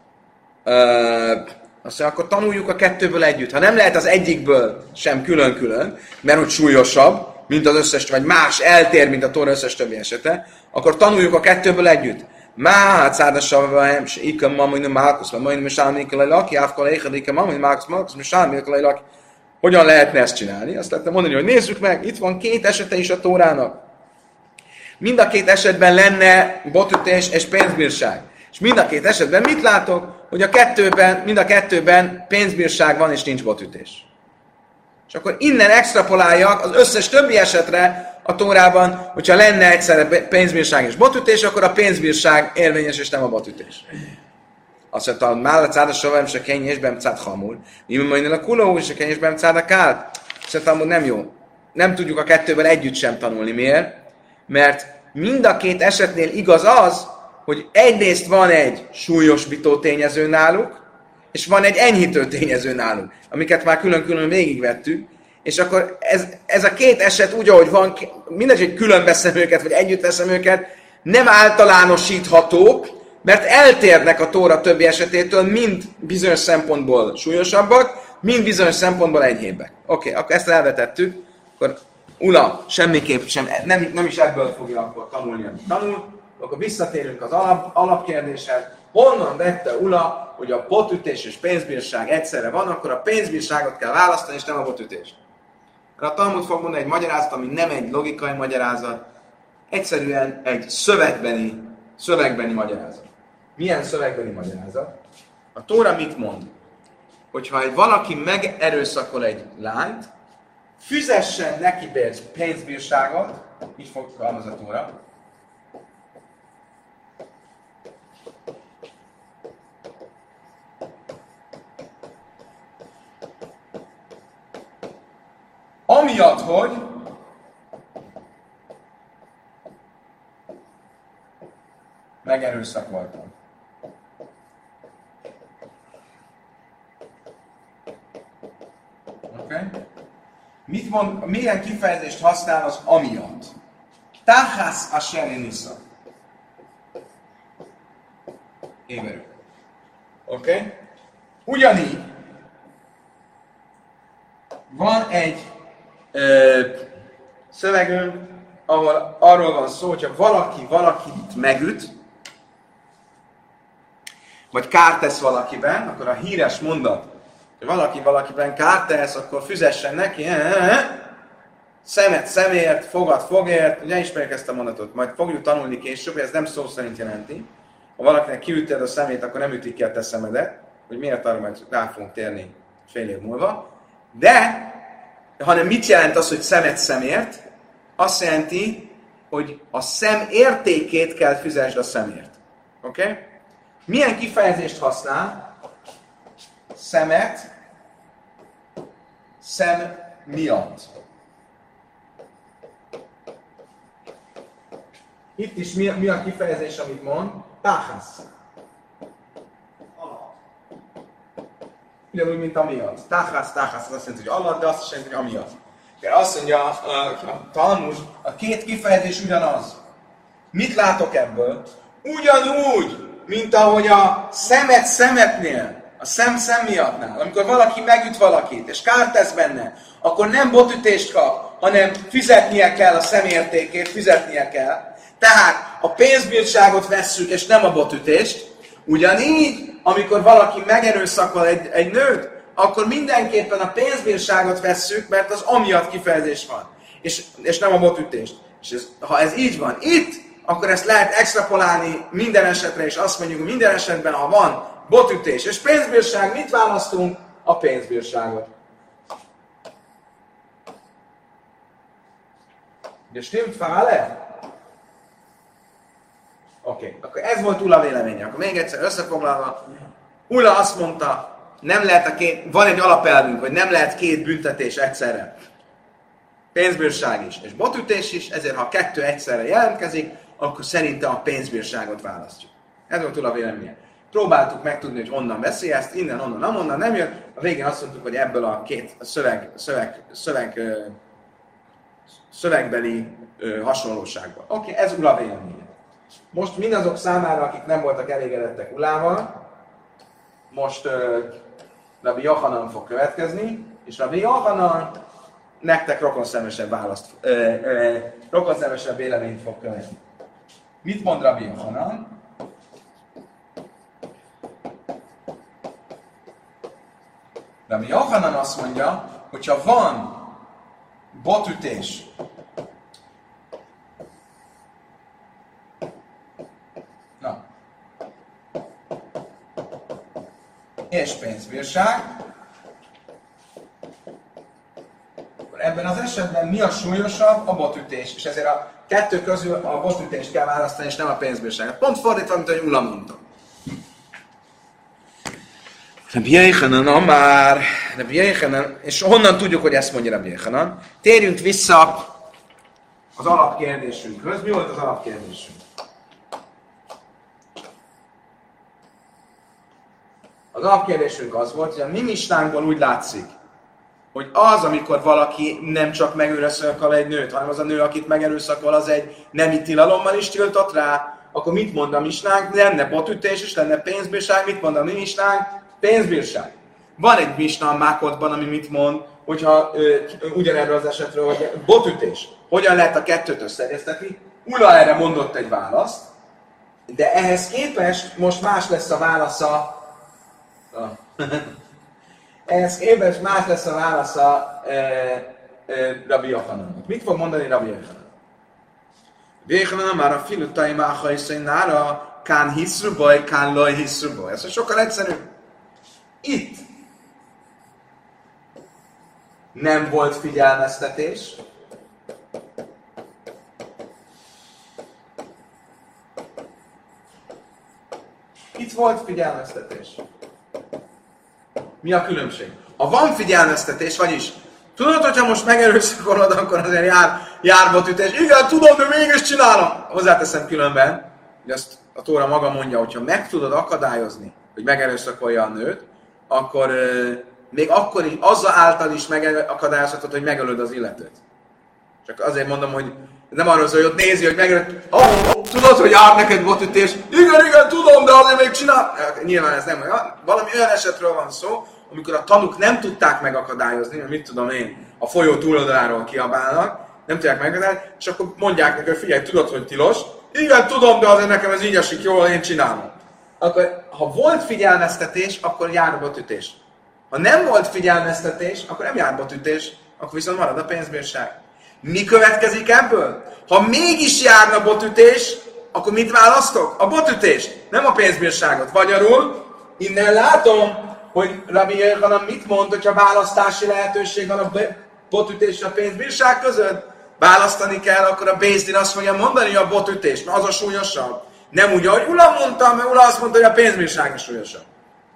Azt mondja, akkor tanuljuk a kettőből együtt. Ha nem lehet az egyikből sem külön-külön, mert hogy súlyosabb, mint az összes, vagy más eltér, mint a Tóra összes többi esete, akkor tanuljuk a kettőből együtt. Hát szádasabb, se ikam mamin mákusz, mamin sámnikolai laki, ávkal éjhadik, mamin mákusz, sámnikolai laki. Hogyan lehetne ezt csinálni? Azt lehetne mondani, hogy nézzük meg, itt van két esete is a Tórának. Mind a két esetben lenne botütés és pénzbírság. És mind a két esetben mit látok? Hogy mind a kettőben pénzbírság van és nincs botütés. És akkor innen extrapoláljak az összes többi esetre a Tórában, hogyha lenne egyszerre pénzbírság és botütés, akkor a pénzbírság érvényes és nem a botütés. Azt mondta, hogy már a cáda se kenyésben cád hamul. Mi mondja a kuló, és a kenyésben cád a kád. Azt mondta, hogy nem jó. Nem tudjuk a kettővel együtt sem tanulni. Miért? Mert mind a két esetnél igaz az, hogy egyrészt van egy súlyosbító tényező náluk, és van egy enyhítő tényező náluk, amiket már külön-külön végigvettük, és akkor ez a két eset úgy, ahogy van, mindegy, hogy külön veszem őket, vagy együtt veszem őket, nem általánosíthatók, mert eltérnek a Tóra többi esetétől, mind bizonyos szempontból súlyosabbak, mind bizonyos szempontból enyhébbek. Oké, akkor ezt elvetettük, akkor Ula semmiképp sem, nem is ebből fogja akkor tanulni, amit tanul, akkor visszatérünk az alapkérdéshez. Honnan vette Ula, hogy a botütés és pénzbírság egyszerre van, akkor a pénzbírságot kell választani, és nem a botütést. Mert a Talmud fog mondani egy magyarázat, ami nem egy logikai magyarázat, egyszerűen egy szövegbeni magyarázat. Milyen szövegbeni magyarázat? A Tóra mit mond? Hogyha valaki megerőszakol egy lányt, fizessen neki pénzbírságot, így fog fogalmazni a Tóra, amiatt, hogy megerőszakoltam. Oké? Mit mond, milyen kifejezést használ az amiatt? Táhász a serénisza. Éberő. Oké? Ugyanígy van egy szövegünk, ahol arról van szó, hogyha valaki valakit megüt, vagy kárt tesz valakiben, akkor a híres mondat, hogy valaki valakiben kárt tesz, akkor füzessen neki, szemet szemért, fogad fogért, ugye ismerjük ezt a mondatot, majd fogjuk tanulni később, hogy ez nem szó szerint jelenti. Ha valakinek kiütöd a szemét, akkor nem ütik ki a te szemedet, hogy miért arra majd rá fogunk térni fél év múlva. De, hanem mit jelent az, hogy szemet szemért? Azt jelenti, hogy a szem értékét kell fizesd a szemért. Oké? Milyen kifejezést használ? Szemet, szem miatt. Itt is mi a kifejezés, amit mond? Táhász. Ugyanúgy, mint amiatt. Táhász, az azt jelenti, hogy alatt, de azt is jelenti, hogy amiatt. De azt mondja a Talmud, a két kifejezés ugyanaz. Mit látok ebből? Ugyanúgy, mint ahogy a szemet szemetnél, a szem miattnál, amikor valaki megüt valakit, és kárt tesz benne, akkor nem botütést kap, hanem fizetnie kell a szemértékét, fizetnie kell. Tehát a pénzbírságot vesszük, és nem a botütést. Ugyanígy, amikor valaki megerőszakol egy nőt, akkor mindenképpen a pénzbírságot vesszük, mert az amiatt kifejezés van, és nem a botütést. És ha ez így van itt, akkor ezt lehet extrapolálni minden esetre, és azt mondjuk, hogy minden esetben, ha van botütés és pénzbírság, mit választunk? A pénzbírságot. De stimmt fále? Oké, akkor ez volt Ula véleménye. Akkor még egyszer összefoglalva, Ula azt mondta, nem lehet van egy alapelvünk, hogy nem lehet két büntetés egyszerre. Pénzbírság is, és botütés is, ezért ha a kettő egyszerre jelentkezik, akkor szerintem a pénzbírságot választjuk. Ez volt Ula véleménye. Próbáltuk megtudni, hogy honnan veszi ezt, innen, onnan, amonnan nem jön. A végén azt mondtuk, hogy ebből a két szövegbeli hasonlóságban. Oké, ez Ula véleménye. Most mindazok számára, akik nem voltak elégedettek Ulával, most Rabbi Yochanan fog következni, és Rabbi Yochanan nektek rokonszemesebb véleményt fog követni. Mit mond Rabbi Yochanan? Rabbi Yochanan azt mondja, hogyha van botütés, és pénzbírság, akkor ebben az esetben mi a súlyosabb? A botütés. És ezért a kettő közül a botütést kell választani, és nem a pénzbírságot. Pont fordítva, mint ahogy Ula mondta. Rabbi Yochanan már, és honnan tudjuk, hogy ezt mondja Rabbi Yochanan? Térjünk vissza az alapkérdésünkhöz. Mi volt az alapkérdésünk? Az alapkérdésünk az volt, hogy a mi misnánkból úgy látszik, hogy az, amikor valaki nem csak megerőszakol egy nőt, hanem az a nő, akit megerőszakol, az egy nemi tilalommal is tiltott rá, akkor mit mond a misnánk? Lenne botütés és lenne pénzbírság. Mit mond a mi misnánk? Pénzbírság. Van egy misna a Mákodban, ami mit mond, hogyha ugyanerről az esetről, hogy botütés. Hogyan lehet a kettőt összeegyeztetni? Ula erre mondott egy választ, de ehhez képest most más lesz a válasza. Ehhez képest más lesz a válasza Rabbi Yochanan. Mit fog mondani Rabbi Yochanan? Rabbi Yochanan már a filutai máhajszai nára kán hiszrubaj, kán loj hiszrubaj. Ez sokkal egyszerűbb. Itt nem volt figyelmeztetés. Itt volt figyelmeztetés. Mi a különbség? Ha van figyelmeztetés, vagyis Tudod, hogyha most megerőszakolod, akkor azért jár botütés. Igen, tudom, de mégis csinálom. Hozzáteszem különben, hogy azt a Tóra maga mondja, hogyha meg tudod akadályozni, hogy megerőszakolja a nőt, akkor még akkor is, azzal által is megakadályozhatod, hogy megölöd az illetőt. Csak azért mondom, hogy nem arról szól, hogy ott nézi, hogy megölöd. Tudod, hogy jár neked botütés? Igen, tudom, de azért még csinál. Nyilván ez nem olyan. Valami olyan esetről van szó, amikor a tanúk nem tudták megakadályozni, mert mit tudom én, a folyó túloldaláról kiabálnak, nem tudják megakadályozni, és akkor mondják neki, hogy figyelj, tudod, hogy tilos? Igen, tudom, de azért nekem ez így esik jól, én csinálom. Akkor, ha volt figyelmeztetés, akkor jár a botütés. Ha nem volt figyelmeztetés, akkor nem jár botütés, akkor viszont marad a pénzbírság. Mi következik ebből? Ha mégis járna botütés, akkor mit választok? A botütést, nem a pénzbírságot. Magyarul, innen látom, hogy Rabbi Yochanan mit mond, hogyha választási lehetőség van a botütés és a pénzbírság között? Választani kell, akkor a Bézdin azt fogja mondani, hogy a botütés, mert az a súlyosabb. Nem úgy, ahogy Ula mondta, mert Ula azt mondta, hogy a pénzbírság a súlyosabb.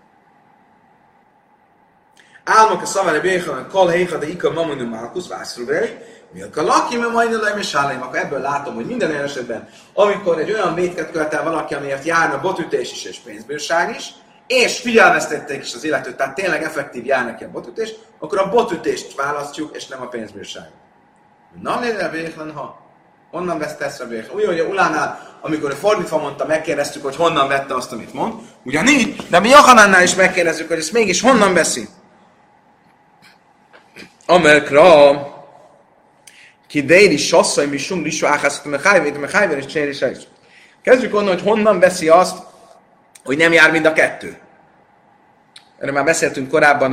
Álmok a szavare Béchanan, kal héha, de ikon mamonu Málkusz, vászruveli, milka laki, mert majd nem is álljam. Akkor ebből látom, hogy minden olyan esetben, amikor egy olyan vétket követel valaki, amiért járna botütés is és pénzbírság is, és figyelmeztették is az illetőt, tehát tényleg effektív jár neki a botütés, akkor a botütést választjuk, és nem a pénzbírságot. Na, létre Béchanan, ha honnan veszte ezt a Béchanan? Úgy, hogy a Ulánál, amikor fordítva mondta, megkérdeztük, hogy honnan vette azt, amit mond. Ugyanígy, de mi Jochanannál is megkérdezzük, hogy ezt mégis honnan veszi. Amerkra ki déli sasszai, mi sum lisú áházhatom, meg hájver és cséri is. Kezdjük onnan, hogy honnan veszi azt, hogy nem jár mind a kettő. Erről már beszéltünk korábban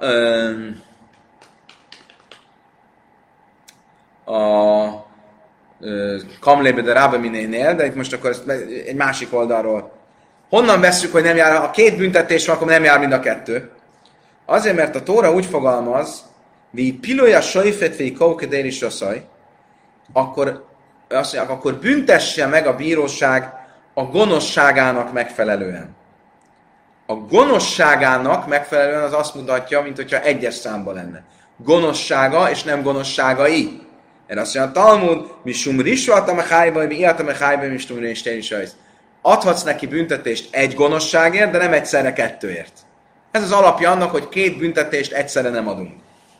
a Kamlébe de Rábeminénél, de itt most akkor egy másik oldalról. Honnan vesszük, hogy nem jár, ha két büntetés van, akkor nem jár mind a kettő? Azért, mert a Tóra úgy fogalmaz, vi pilója sajfet, vi kókedéri saszaj, akkor azt mondják, akkor büntesse meg a bíróság a gonoszságának megfelelően. A gonoszságának megfelelően az azt mutatja, mint hogyha egyes számban lenne. Gonoszsága és nem gonoszságai. Erre azt mondja a Talmud, mi sum risvaltam a hájba, mi ilyáltam a hájba, mi stum és te is ajsz. Adhatsz neki büntetést egy gonoszságért, de nem egyszerre kettőért. Ez az alapja annak, hogy két büntetést egyszerre nem adunk.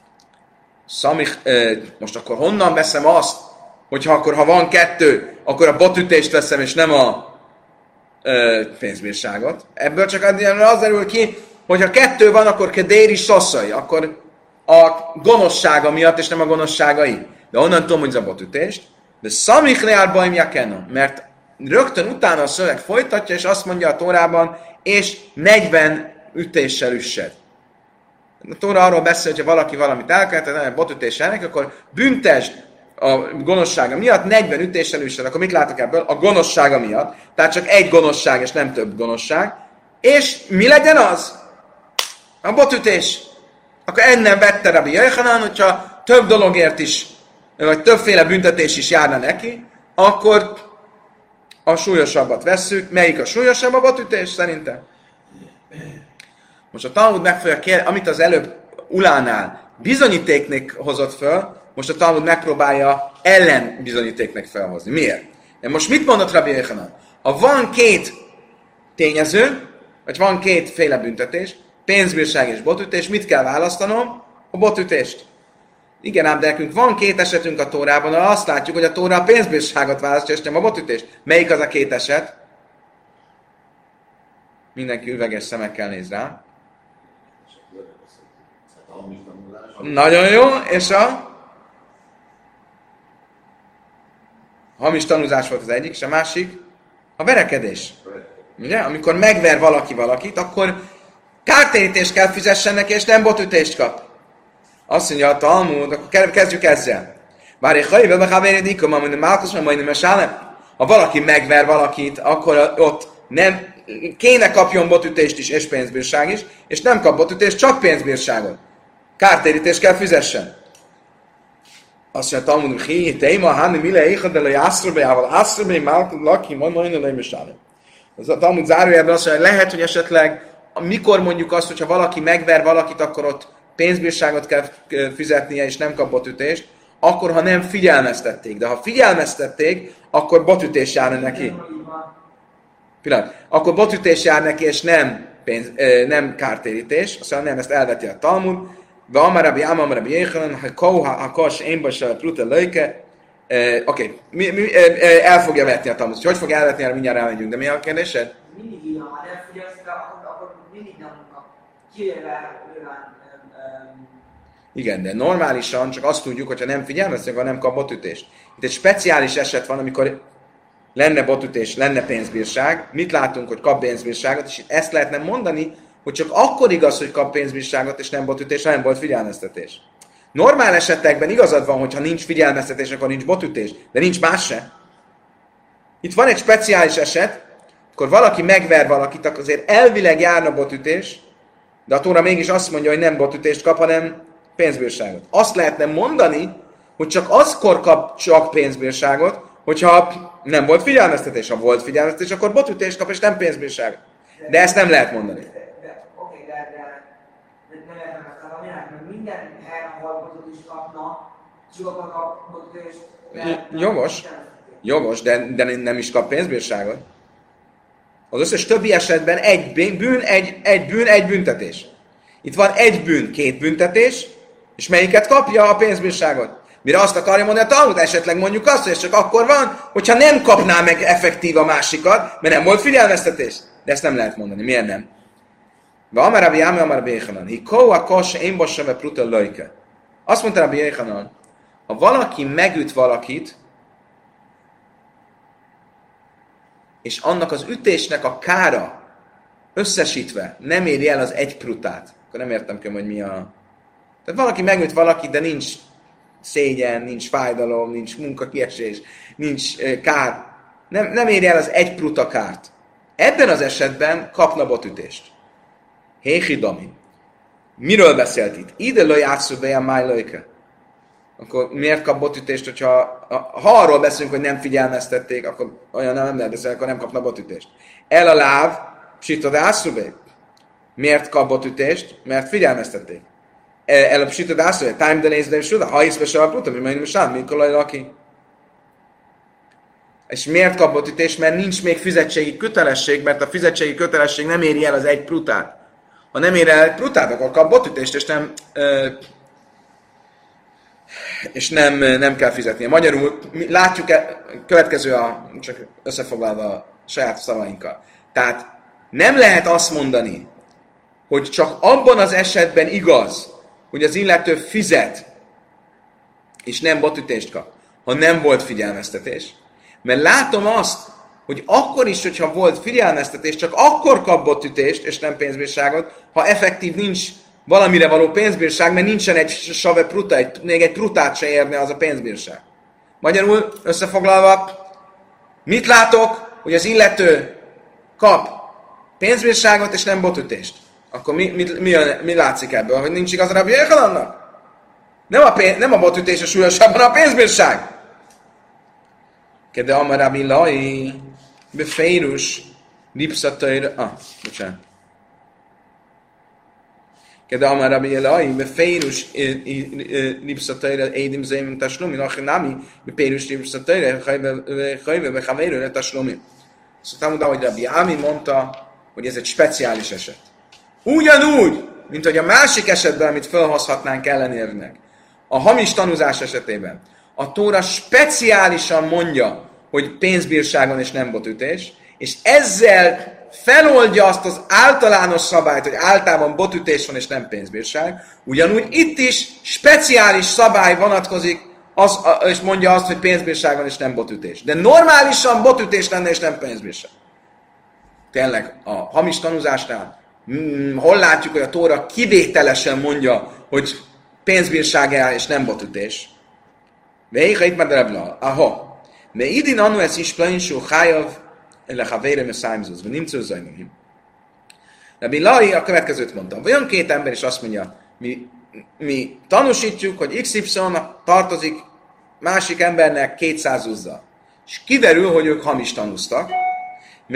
Most akkor honnan veszem azt, hogyha akkor ha van kettő, akkor a botütést veszem, és nem a pénzbírságot. Ebből csak az derül ki, hogy ha kettő van, akkor kedéri sasszai, akkor a gonoszsága miatt, és nem a gonoszságai. De onnan tudom, hogy ez a botütést. De szamich leárbajm jakena, mert rögtön utána a szöveg folytatja, és azt mondja a Tórában, és 40 ütéssel üssed. A Tóra arról beszél, hogy ha valaki valamit elkövetett, nem botütéssel ennek, akkor büntesd a gonoszsága miatt, 40 ütéssel üssed. Akkor mit látok ebből? A gonoszsága miatt. Tehát csak egy gonoszság, és nem több gonoszság. És mi legyen az? A botütés. Akkor ennem vette Rabbi Yochanan, hogyha több dologért is, vagy többféle büntetés is járna neki, akkor a súlyosabbat vesszük. Melyik a súlyosabb a botütés szerintem? Most a Talmud meg fogja kérni, amit az előbb Ulánál bizonyítéknek hozott föl, most a Talmud megpróbálja ellen bizonyítéknek felhozni. Miért? De most mit mondott Rabbi Yochanan? Ha van két tényező, vagy van kétféle büntetés, pénzbírság és botütés, mit kell választanom? A botütést. Igen, ám de nekünk van két esetünk a Tórában, ahol azt látjuk, hogy a Tóra a pénzbírságot választja, és nem a botütést. Melyik az a két eset? Mindenki üveges szemekkel néz rá. Nagyon jó, és a hamis tanúzás volt az egyik, és a másik a verekedés. Ugye? Amikor megver valaki valakit, akkor kártérítést kell fizessen neki, és nem botütést kap. Azt mondja a Talmud, akkor kezdjük ezzel. Ha valaki megver valakit, akkor ott nem kéne kapjon botütést is, és pénzbírság is, és nem kap botütést, csak pénzbírságot. Kártérítést kell fizessen. Azt mondja a Talmud, hogy téma, háni mile éjjel, de jászrobejával, ászrobej, málkod, laki, majd nem is állom. A Talmud zárójában azt mondja, hogy lehet, hogy esetleg, mikor mondjuk azt, hogyha valaki megver valakit, akkor ott pénzbírságot kell fizetnie, és nem kap botütést, akkor, ha nem figyelmeztették. De ha figyelmeztették, akkor botütés járna neki. Pillanat. Akkor botütés jár neki, és nem kártérítés. Aztán nem, ezt elveti a Talmud. De amarabi amarabi jéhanan, ha kauha akas énbasa pruta löjke. Oké, el fogja vetni a Talmud. Hogy fog elvetni, erre mindjárt elmegyünk. De mi a kérdésed? Mindig így, ha nem figyelsz, akkor mindig nem kap. Kivéve Igen, de normálisan csak azt tudjuk, hogyha nem figyelmeztetünk, akkor nem kap botütést. Itt egy speciális eset van, amikor lenne botütés, lenne pénzbírság. Mit látunk, hogy kap pénzbírságot, és itt ezt lehetne mondani, hogy csak akkor igaz, hogy kap pénzbírságot, és nem botütés, ha nem volt figyelmeztetés. Normál esetekben igazad van, hogyha nincs figyelmeztetés, akkor nincs botütés, de nincs más se. Itt van egy speciális eset, akkor valaki megver valakit, akkor azért elvileg járna botütés, de a Tóra mégis azt mondja, hogy nem botütést kap, hanem pénzbírságot. Azt lehetne mondani, hogy csak azkor kap csak pénzbírságot, hogyha nem volt figyelmeztetés. Ha volt figyelmeztetés, akkor botütést kap, és nem pénzbírságot. De ezt nem lehet mondani. Oké, de nem értem ezt a világ, mert minden helyen, ahol botütést kapna, csak akkor kap botütést. Jogos, de nem is kap pénzbírságot. Az összes többi esetben egy bűn, egy büntetés. Itt van egy bűn, 2 büntetés, és melyiket kapja a pénzbírságot? Mire azt akarja mondani a Talmud, esetleg mondjuk azt, hogy ez csak akkor van, hogyha nem kapná meg effektív a másikat, mert nem volt figyelmeztetés. De ezt nem lehet mondani. Miért nem? Amar Rabbi Yami Amar Rabbi Yechanan, Hikó a kos én bossave pruta löjke. Azt mondta Rabbi Yechanan, ha valaki megüt valakit, és annak az ütésnek a kára összesítve nem éri el az 1 prutát, akkor nem értem ki, hogy mi a... Tehát valaki megüt valakit, de nincs szégyen, nincs fájdalom, nincs munkakiesés, nincs kár. Nem éri el az 1 pruta kárt. Ebben az esetben kapna botütést. Héhidami. Miről beszélt itt? Ide löj átszúbeja májlöjke. Akkor miért kap botütést, hogyha ha arról beszélünk, hogy nem figyelmeztették, akkor olyan nem lehet beszélni, akkor nem kapna botütést. El a láv, psitod ászubé. Miért kap botütést? Mert figyelmeztették. El a psitod ászubé. Time delays de suda. Ha is vesel a pruta, mi majd sem, mikor laki. És miért kap botütést? Mert nincs még fizetségi kötelesség, mert a fizetségi kötelesség nem éri el az 1 prutát. Ha nem éri el 1 prutát, akkor kap botütést, és nem kell fizetnie. Magyarul látjuk, következő csak összefoglalva a saját szavainkkal. Tehát nem lehet azt mondani, hogy csak abban az esetben igaz, hogy az illető fizet, és nem botütést kap, ha nem volt figyelmeztetés. Mert látom azt, hogy akkor is, hogyha volt figyelmeztetés, csak akkor kap botütést, és nem pénzbírságot, ha effektív nincs valamire való pénzbírság, mert nincsen egy save pruta, még egy prutát se érne az a pénzbírság. Magyarul összefoglalva, mit látok, hogy az illető kap pénzbírságot és nem botütést? Akkor mi látszik ebből, hogy nincs igaz a Rabbi Yechanannak? Nem a botütés a súlyosabb, hanem a pénzbírság. Kede amar Rabbi Lai, befeirus, lipszatőr, bocsánat. Kede amar Rabbi Elai, befeirus lipszatőr, édim zémim taslumi, nachinami, befeirus lipszatőr, hajve, bechavéről taslumi. Szóval oda, hogy Rabbi Ami mondta, hogy ez egy speciális eset. Ugyanúgy, mint hogy a másik esetben, amit felhozhatnánk ellenérvnek, a hamis tanúzás esetében, a Tóra speciálisan mondja, hogy pénzbírságon és nem botütés, és ezzel feloldja azt az általános szabályt, hogy általában botütés van és nem pénzbírság, ugyanúgy itt is speciális szabály vonatkozik, és mondja azt, hogy pénzbírság van és nem botütés. De normálisan botütés lenne és nem pénzbírság. Tényleg, a hamis tanúzásnál hol látjuk, hogy a Tóra kivételesen mondja, hogy pénzbírság el és nem botütés. Véjha itt medrebla. Aha. Me idin anu ez is plainsú hájav lechavére meszájmzuz. Nimcő zajnuhim. Rabbi Lai a következőt mondta. Olyan 2 ember is azt mondja, mi tanúsítjuk, hogy XY tartozik másik embernek 200 uzzal. És kiderül, hogy ők hamis tanúztak.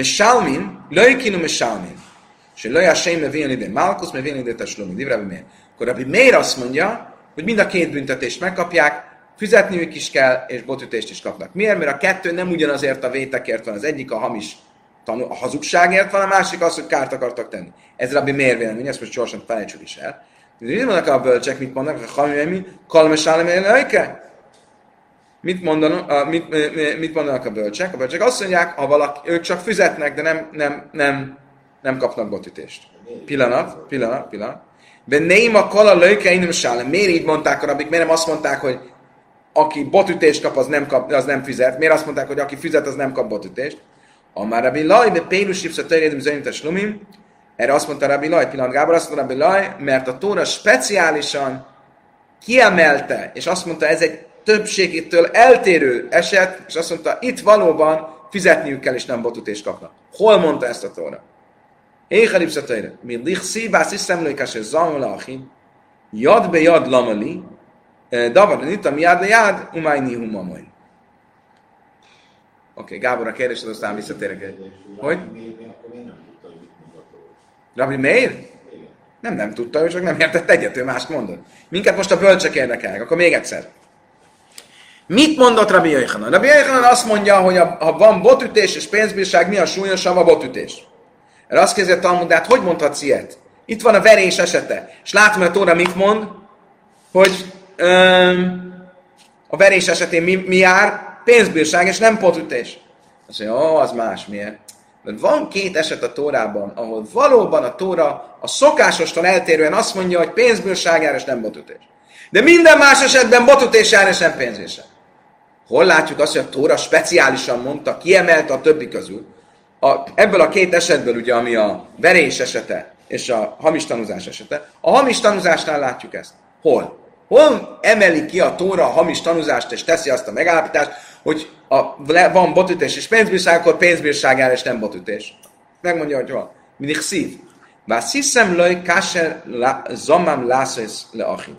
Mesálmin, löjkinu mesálmin. És löjá sejme vén ide Malkusz, me vén ide Taslumi. Divra be Akkor Rabbi Meir azt mondja, hogy mind a két büntetést megkapják, fizetniük is kell, és botütést is kapnak. Miért? Mert a kettő nem ugyanazért a vétekért van. Az egyik a hamis a hazugságért van, a másik az, hogy kárt akartak tenni. Ez Rabbi Meir vélemény, ezt most gyorsan felejtsük is el. Mit mondanak a bölcsek, mit mondanak? A Hamimi, Kalmesálem Elejke? Mit mondanak a bölcsek? A bölcsek azt mondják, ha ők csak fizetnek, de nem kapnak botütést. Pillanat. De néma kala lőke innen sálem. Miért így mondták a rabbik? Miért nem azt mondták, hogy aki botütést kap, az nem fizet? Miért azt mondták, hogy aki fizet, az nem kap botütést? A már Rabbi Laj, de Pélus Sipsza Törjedem Zönytes Lumim, erre azt mondta Rabbi Laj, pillanat Gábor, azt mondta Rabbi Laj, mert a Tóra speciálisan kiemelte, és azt mondta, ez egy többségétől eltérő eset, és azt mondta, itt valóban fizetniük kell, és nem botütést kapnak. Hol mondta ezt a Tóra? Éha Lipsza Törjedem, mi lichszi, bász iszemlőkás, és zamala achim, jad be jad lamali, davar, nitam jád le jád, umájni humamoin. Oké, Gábor, a kérdésed, aztán visszatérek egy. Hogy? Rabbi Meir? Nem tudta, ő csak nem értett egyet, ő mást mondott. Minket most a bölcsek érdekelnek, akkor még egyszer. Mit mondott Rabbi Yochanan? Rabbi Yochanan azt mondja, hogy ha van botütés és pénzbírság, mi a súlyosabb? A botütés. Erre azt kérdezi a Talmud, de hát hogy mondhatsz ilyet? Itt van a verés esete. És látom, hogy a Tóra mit mond? Hogy a verés esetén mi jár? Pénzbírság, és nem botütés. Azt mondja, az más, miért? Mert van két eset a Tórában, ahol valóban a Tóra a szokásostól eltérően azt mondja, hogy pénzbírság jár, és nem botütés. De minden más esetben botütés jár, és nem pénzbírság. Hol látjuk azt, hogy a Tóra speciálisan mondta, kiemelte a többi közül. Ebből a két esetből, ugye, ami a verés esete és a hamis tanúzás esete, a hamis tanúzásnál látjuk ezt. Hol? Hol emeli ki a Tóra a hamis tanúzást, és teszi azt a megállapítást, hogy van botütés és pénzbírság, akkor pénzbírság jár, és nem botütés. Megmondja, hogy van. Mindig szív. Bár sziszem löj, kásser zamám lászész le achiv.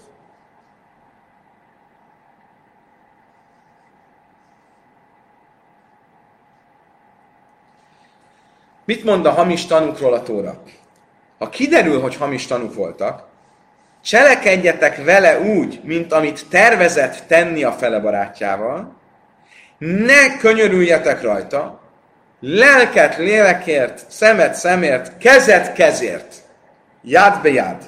Mit mond a hamis tanúkról a Tóra? Ha kiderül, hogy hamis tanúk voltak, cselekedjetek vele úgy, mint amit tervezett tenni a fele barátjával, ne könyörüljetek rajta, lelket lélekért, szemet szemért, kezet kezért, jád be jád.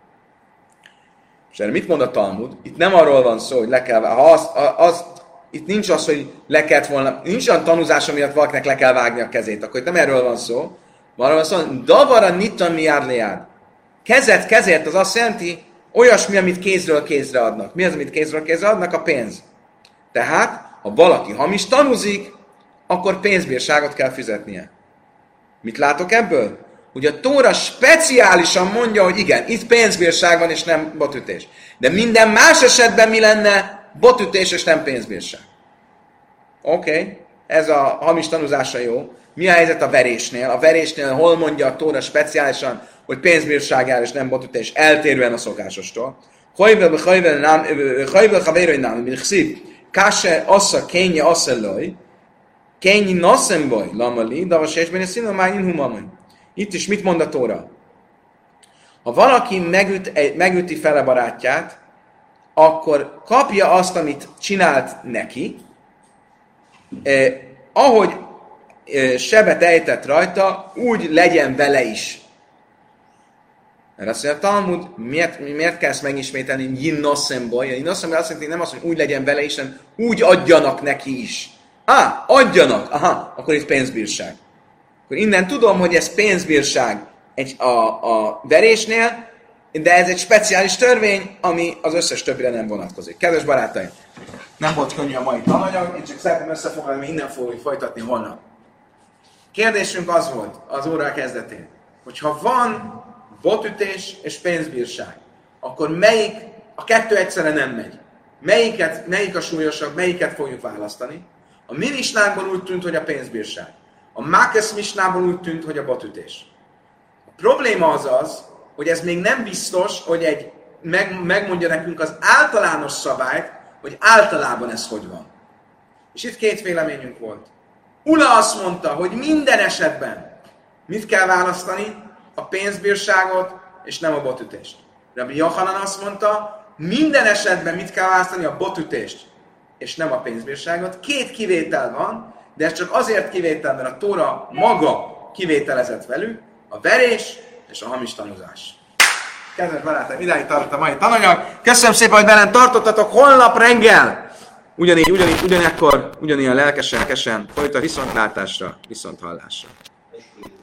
És erre mit mond a Talmud? Itt nem arról van szó, hogy le kell, itt nincs az, hogy le kellett volna, nincs olyan tanúzása miatt valakinek le kell vágni a kezét, akkor itt nem erről van szó, arról van szó, hogy davara nitam jád le jád. Kezet kezért az azt jelenti, olyasmi, amit kézről kézre adnak. Mi az, amit kézről kézre adnak? A pénz. Tehát, ha valaki hamis tanúzik, akkor pénzbírságot kell fizetnie. Mit látok ebből? Hogy a Tóra speciálisan mondja, hogy igen, itt pénzbírság van, és nem botütés. De minden más esetben mi lenne? Botütés, és nem pénzbírság. Oké, ez a hamis tanúzása jó. Mi a helyzet a verésnél? A verésnél hol mondja a Tóra speciálisan, hogy pénzbírság jár, és nem botütés, eltérően a szokásostól. Hajvel havérai nám, mint szív, káse assza, kénye assza loj, kényi nasszem baj, lamali, de a sésben a színamányin humamai. Itt is mit mond a Tóra? Ha valaki megüti fele barátját, akkor kapja azt, amit csinált neki, ahogy sebet ejtett rajta, úgy legyen vele is. Mert azt mondja, a Talmud, miért kell ezt megismételni? Jinnoszemból. Jinnoszemból azt jelenti, nem azt, hogy úgy legyen vele is, hanem úgy adjanak neki is. Adjanak! Aha, akkor itt pénzbírság. Akkor innen tudom, hogy ez pénzbírság a verésnél, de ez egy speciális törvény, ami az összes többire nem vonatkozik. Kedves barátaim, nem volt könnyű a mai tananyag, én csak szeretném összefoglalni, mert innen fogjuk folytatni holnap. Kérdésünk az volt az óra kezdetén, hogy ha van botütés és pénzbírság, akkor a kettő egyszerre nem megy. Melyik a súlyosabb, melyiket fogjuk választani? A mi misnánkból úgy tűnt, hogy a pénzbírság. A Mákesz misnából úgy tűnt, hogy a botütés. A probléma az, hogy ez még nem biztos, hogy megmondja nekünk az általános szabályt, hogy általában ez hogy van. És itt két véleményünk volt. Ula azt mondta, hogy minden esetben mit kell választani? A pénzbírságot, és nem a botütést. Rabbi Yochanan azt mondta, minden esetben mit kell választani? A botütést, és nem a pénzbírságot. 2 kivétel van, de ez csak azért kivétel, mert a Tóra maga kivételezett velük, a verés és a hamis tanúzás. Kedves barátaim, idáig tartott a mai tananyag. Köszönöm szépen, hogy velem tartottatok. Holnap reggel ugyanilyen lelkesen folytat viszontlátásra, viszonthallásra.